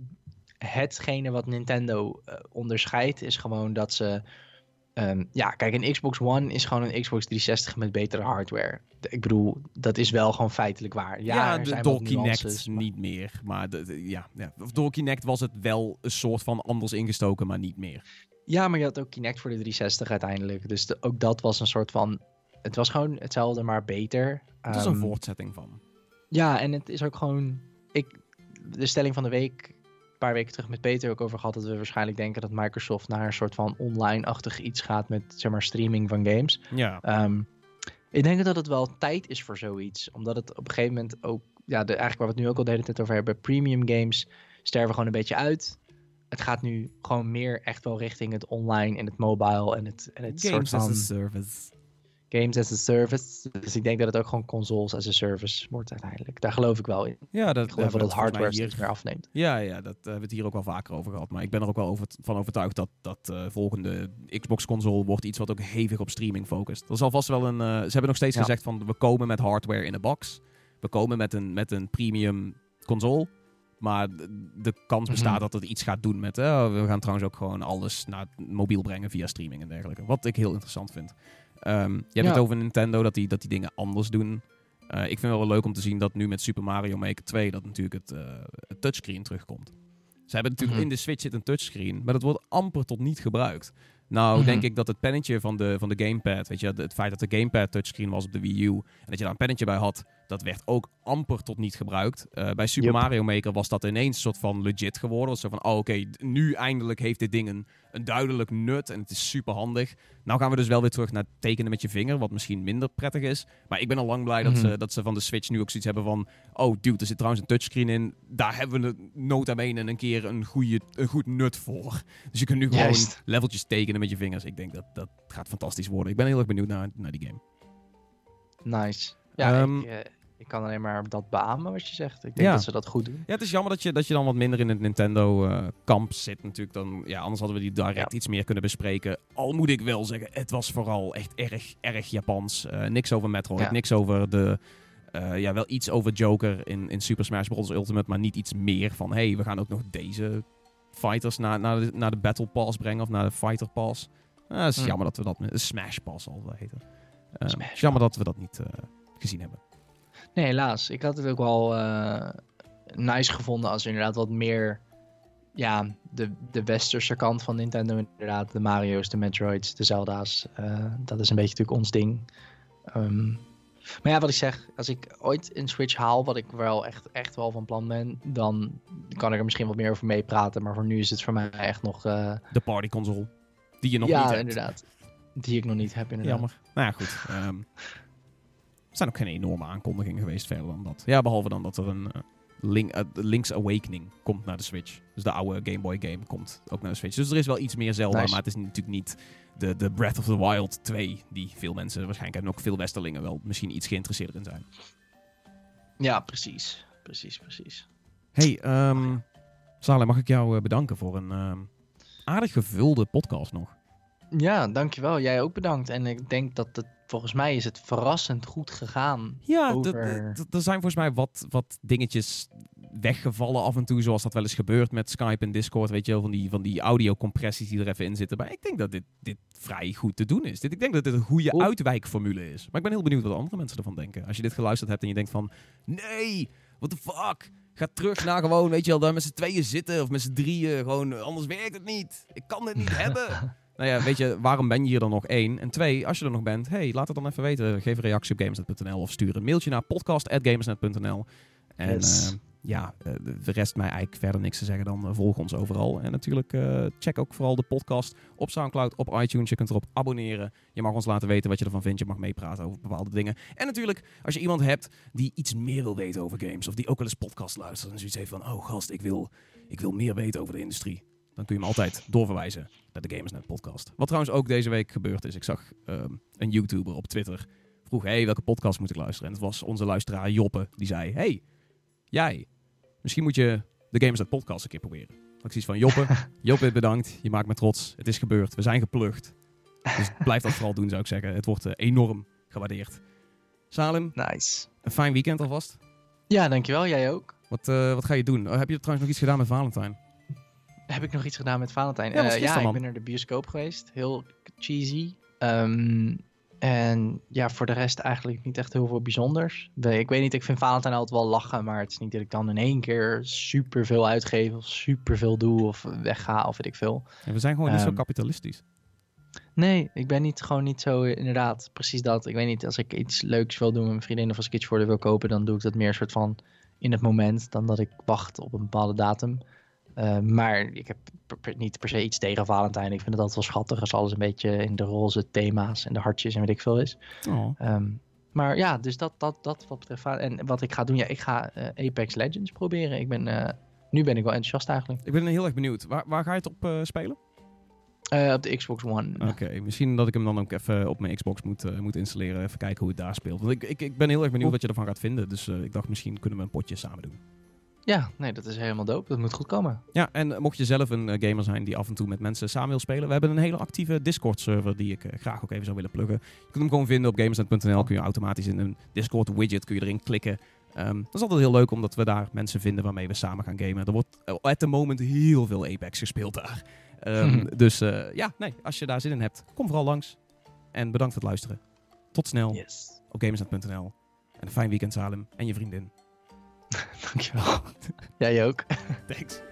hetgene wat Nintendo uh, onderscheidt. Is gewoon dat ze... Um, ja, kijk, een Xbox One is gewoon een Xbox driehonderdzestig met betere hardware. Ik bedoel, dat is wel gewoon feitelijk waar. Ja, ja er zijn door Kinect nuances, maar... niet meer. Maar de, de, ja, ja, door Kinect was het wel een soort van anders ingestoken, maar niet meer. Ja, maar je had ook Kinect voor de driehonderdzestig uiteindelijk. Dus de, ook dat was een soort van... Het was gewoon hetzelfde, maar beter. Het is um, een voortzetting van. Ja, en het is ook gewoon... Ik, de stelling van de week... Een paar weken terug met Peter ook over gehad... dat we waarschijnlijk denken dat Microsoft... naar een soort van online-achtig iets gaat... met, zeg maar, streaming van games. Ja. Um, ik denk dat het wel tijd is voor zoiets. Omdat het op een gegeven moment ook... Ja, de, eigenlijk waar we het nu ook al de hele tijd over hebben... premium games sterven gewoon een beetje uit. Het gaat nu gewoon meer echt wel richting het online... en het mobile en het, en het games soort van... as a service. Games as a service. Dus ik denk dat het ook gewoon consoles as a service wordt uiteindelijk. Daar geloof ik wel in. Ja, dat, ik geloof wel dat hardware hier... steeds meer afneemt. Ja, ja, dat uh, hebben we het hier ook wel vaker over gehad. Maar ik ben er ook wel over, van overtuigd dat dat uh, volgende Xbox-console wordt iets wat ook hevig op streaming focust. Er zal vast wel een... Uh, ze hebben nog steeds ja. gezegd van we komen met hardware in een box. We komen met een, met een premium console. Maar de kans bestaat mm-hmm. dat het iets gaat doen met... Uh, we gaan trouwens ook gewoon alles naar mobiel brengen via streaming en dergelijke. Wat ik heel interessant vind. Um, je hebt ja. het over Nintendo, dat die, dat die dingen anders doen. Uh, ik vind het wel leuk om te zien dat nu met Super Mario Maker twee... dat natuurlijk het, uh, het touchscreen terugkomt. Ze hebben natuurlijk mm-hmm. in de Switch zit een touchscreen... maar dat wordt amper tot niet gebruikt. Nou, mm-hmm. denk ik dat het pennetje van de, van de gamepad... weet je, het feit dat de gamepad touchscreen was op de Wii U... en dat je daar een pennetje bij had... dat werd ook amper tot niet gebruikt. Uh, bij Super yep. Mario Maker was dat ineens een soort van legit geworden. Was zo van, oh, oké, okay, nu eindelijk heeft dit ding een, een duidelijk nut... en het is super handig. Nou gaan we dus wel weer terug naar tekenen met je vinger... wat misschien minder prettig is. Maar ik ben al lang blij mm-hmm. dat, ze, dat ze van de Switch nu ook zoiets hebben van... oh, dude, er zit trouwens een touchscreen in. Daar hebben we nota bene een keer een, goede, een goed nut voor. Dus je kunt nu gewoon Juist. leveltjes tekenen met je vingers. Ik denk dat dat gaat fantastisch worden. Ik ben heel erg benieuwd naar, naar die game. Nice. Ja, um, ik, uh, ik kan alleen maar dat beamen wat je zegt. Ik denk ja. dat ze dat goed doen. Ja, het is jammer dat je, dat je dan wat minder in het Nintendo-kamp uh, zit natuurlijk. Dan, ja, anders hadden we die direct ja. iets meer kunnen bespreken. Al moet ik wel zeggen, het was vooral echt erg, erg Japans. Uh, niks over Metroid, ja. niks over de... Uh, ja, wel iets over Joker in, in Super Smash Bros. Ultimate, maar niet iets meer van... hey, we gaan ook nog deze fighters naar, naar, de, naar de Battle Pass brengen of naar de Fighter Pass. Uh, het is mm. jammer dat we dat... De Smash Pass al heet het. Uh, het is jammer dat we dat niet uh, gezien hebben. Nee, helaas. Ik had het ook wel uh, nice gevonden als er inderdaad wat meer... Ja, de, de westerse kant van Nintendo inderdaad. De Mario's, de Metroids, de Zelda's. Uh, dat is een beetje natuurlijk ons ding. Um, maar ja, wat ik zeg. Als ik ooit een Switch haal, wat ik wel echt, echt wel van plan ben... dan kan ik er misschien wat meer over meepraten. Maar voor nu is het voor mij echt nog... Uh... De partyconsole. Die je nog ja, niet hebt. Ja, inderdaad. Die ik nog niet heb, inderdaad. Jammer. Nou ja, goed. Um, er zijn ook geen enorme aankondigingen geweest verder dan dat. Ja, behalve dan dat er een... Uh, Link, uh, Link's Awakening komt naar de Switch. Dus de oude Game Boy game komt ook naar de Switch. Dus er is wel iets meer Zelda, nice. Maar het is natuurlijk niet de, de Breath of the Wild twee... die veel mensen waarschijnlijk en ook veel Westerlingen wel misschien iets geïnteresseerd in zijn. Ja, precies. Precies, precies. Hey, um, Salem, mag ik jou uh, bedanken voor een um, aardig gevulde podcast nog. Ja, dankjewel. Jij ook bedankt. En ik denk dat het, volgens mij is het verrassend goed gegaan. Ja, over... er zijn volgens mij wat, wat dingetjes weggevallen af en toe, zoals dat wel eens gebeurt met Skype en Discord, weet je wel, van die, van die audiocompressies die er even in zitten. Maar ik denk dat dit, dit vrij goed te doen is. Dit, ik denk dat dit een goede Oeh. uitwijkformule is. Maar ik ben heel benieuwd wat andere mensen ervan denken. Als je dit geluisterd hebt en je denkt van, nee, what the fuck? Ga terug naar gewoon, weet je wel, daar met z'n tweeën zitten of met z'n drieën. Gewoon, anders werkt het niet. Ik kan dit niet hebben. Nou ja, weet je, waarom ben je hier dan nog één? En twee, als je er nog bent, hey, laat het dan even weten. Geef een reactie op gamersnet punt n l of stuur een mailtje naar podcast at gamersnet punt n l. En yes. uh, ja, uh, de rest mij eigenlijk verder niks te zeggen dan uh, volg ons overal. En natuurlijk uh, check ook vooral de podcast op Soundcloud, op iTunes. Je kunt erop abonneren. Je mag ons laten weten wat je ervan vindt. Je mag meepraten over bepaalde dingen. En natuurlijk, als je iemand hebt die iets meer wil weten over games, of die ook wel eens podcast luistert en zoiets heeft van, oh gast, ik wil, ik wil meer weten over de industrie. Dan kun je hem altijd doorverwijzen naar de Gamersnet podcast. Wat trouwens ook deze week gebeurd is. Ik zag um, een YouTuber op Twitter vroeg, hey, welke podcast moet ik luisteren? En het was onze luisteraar Joppe, die zei, hey, jij, misschien moet je de Gamersnet podcast een keer proberen. Ik zie van, Joppe, Joppe, bedankt. Je maakt me trots. Het is gebeurd. We zijn geplukt. Dus blijf dat vooral doen, zou ik zeggen. Het wordt uh, enorm gewaardeerd. Salem, nice. Een fijn weekend alvast. Ja, dankjewel. Jij ook. Wat, uh, wat ga je doen? Oh, heb je trouwens nog iets gedaan met Valentijn? Heb ik nog iets gedaan met Valentijn? Ja, uh, ja ik ben naar de bioscoop geweest. Heel cheesy. Um, en ja, voor de rest eigenlijk niet echt heel veel bijzonders. De, ik weet niet, ik vind Valentijn altijd wel lachen. Maar het is niet dat ik dan in één keer super veel uitgeef. Of super veel doe. Of wegga. Of weet ik veel. Ja, we zijn gewoon um, niet zo kapitalistisch. Nee, ik ben niet, gewoon niet zo inderdaad precies dat. Ik weet niet, als ik iets leuks wil doen met mijn vriendin. Of als ik iets voor haar wil kopen. Dan doe ik dat meer soort van in het moment. Dan dat ik wacht op een bepaalde datum. Uh, maar ik heb per, per, niet per se iets tegen Valentijn. Ik vind het altijd wel schattig als alles een beetje in de roze thema's en de hartjes en weet ik veel is. Oh. Um, maar ja, dus dat, dat, dat wat betreft. En wat ik ga doen, ja, ik ga uh, Apex Legends proberen. Ik ben, uh, nu ben ik wel enthousiast eigenlijk. Ik ben heel erg benieuwd. Waar, waar ga je het op uh, spelen? Uh, op de Xbox One. Oké, okay, misschien dat ik hem dan ook even op mijn Xbox moet, uh, moet installeren. Even kijken hoe het daar speelt. Want ik, ik, ik ben heel erg benieuwd oh. wat je ervan gaat vinden. Dus uh, ik dacht, misschien kunnen we een potje samen doen. Ja, nee, dat is helemaal dope. Dat moet goed komen. Ja, en mocht je zelf een uh, gamer zijn die af en toe met mensen samen wil spelen. We hebben een hele actieve Discord-server die ik uh, graag ook even zou willen pluggen. Je kunt hem gewoon vinden op gamersnet punt n l. Kun je automatisch in een Discord-widget kun je erin klikken. Um, dat is altijd heel leuk, omdat we daar mensen vinden waarmee we samen gaan gamen. Er wordt uh, at the moment heel veel Apex gespeeld daar. Um, dus uh, ja, nee, als je daar zin in hebt, kom vooral langs. En bedankt voor het luisteren. Tot snel yes. op gamersnet punt n l. En een fijn weekend, Salem. En je vriendin. Dankjewel. Jij ook. Thanks.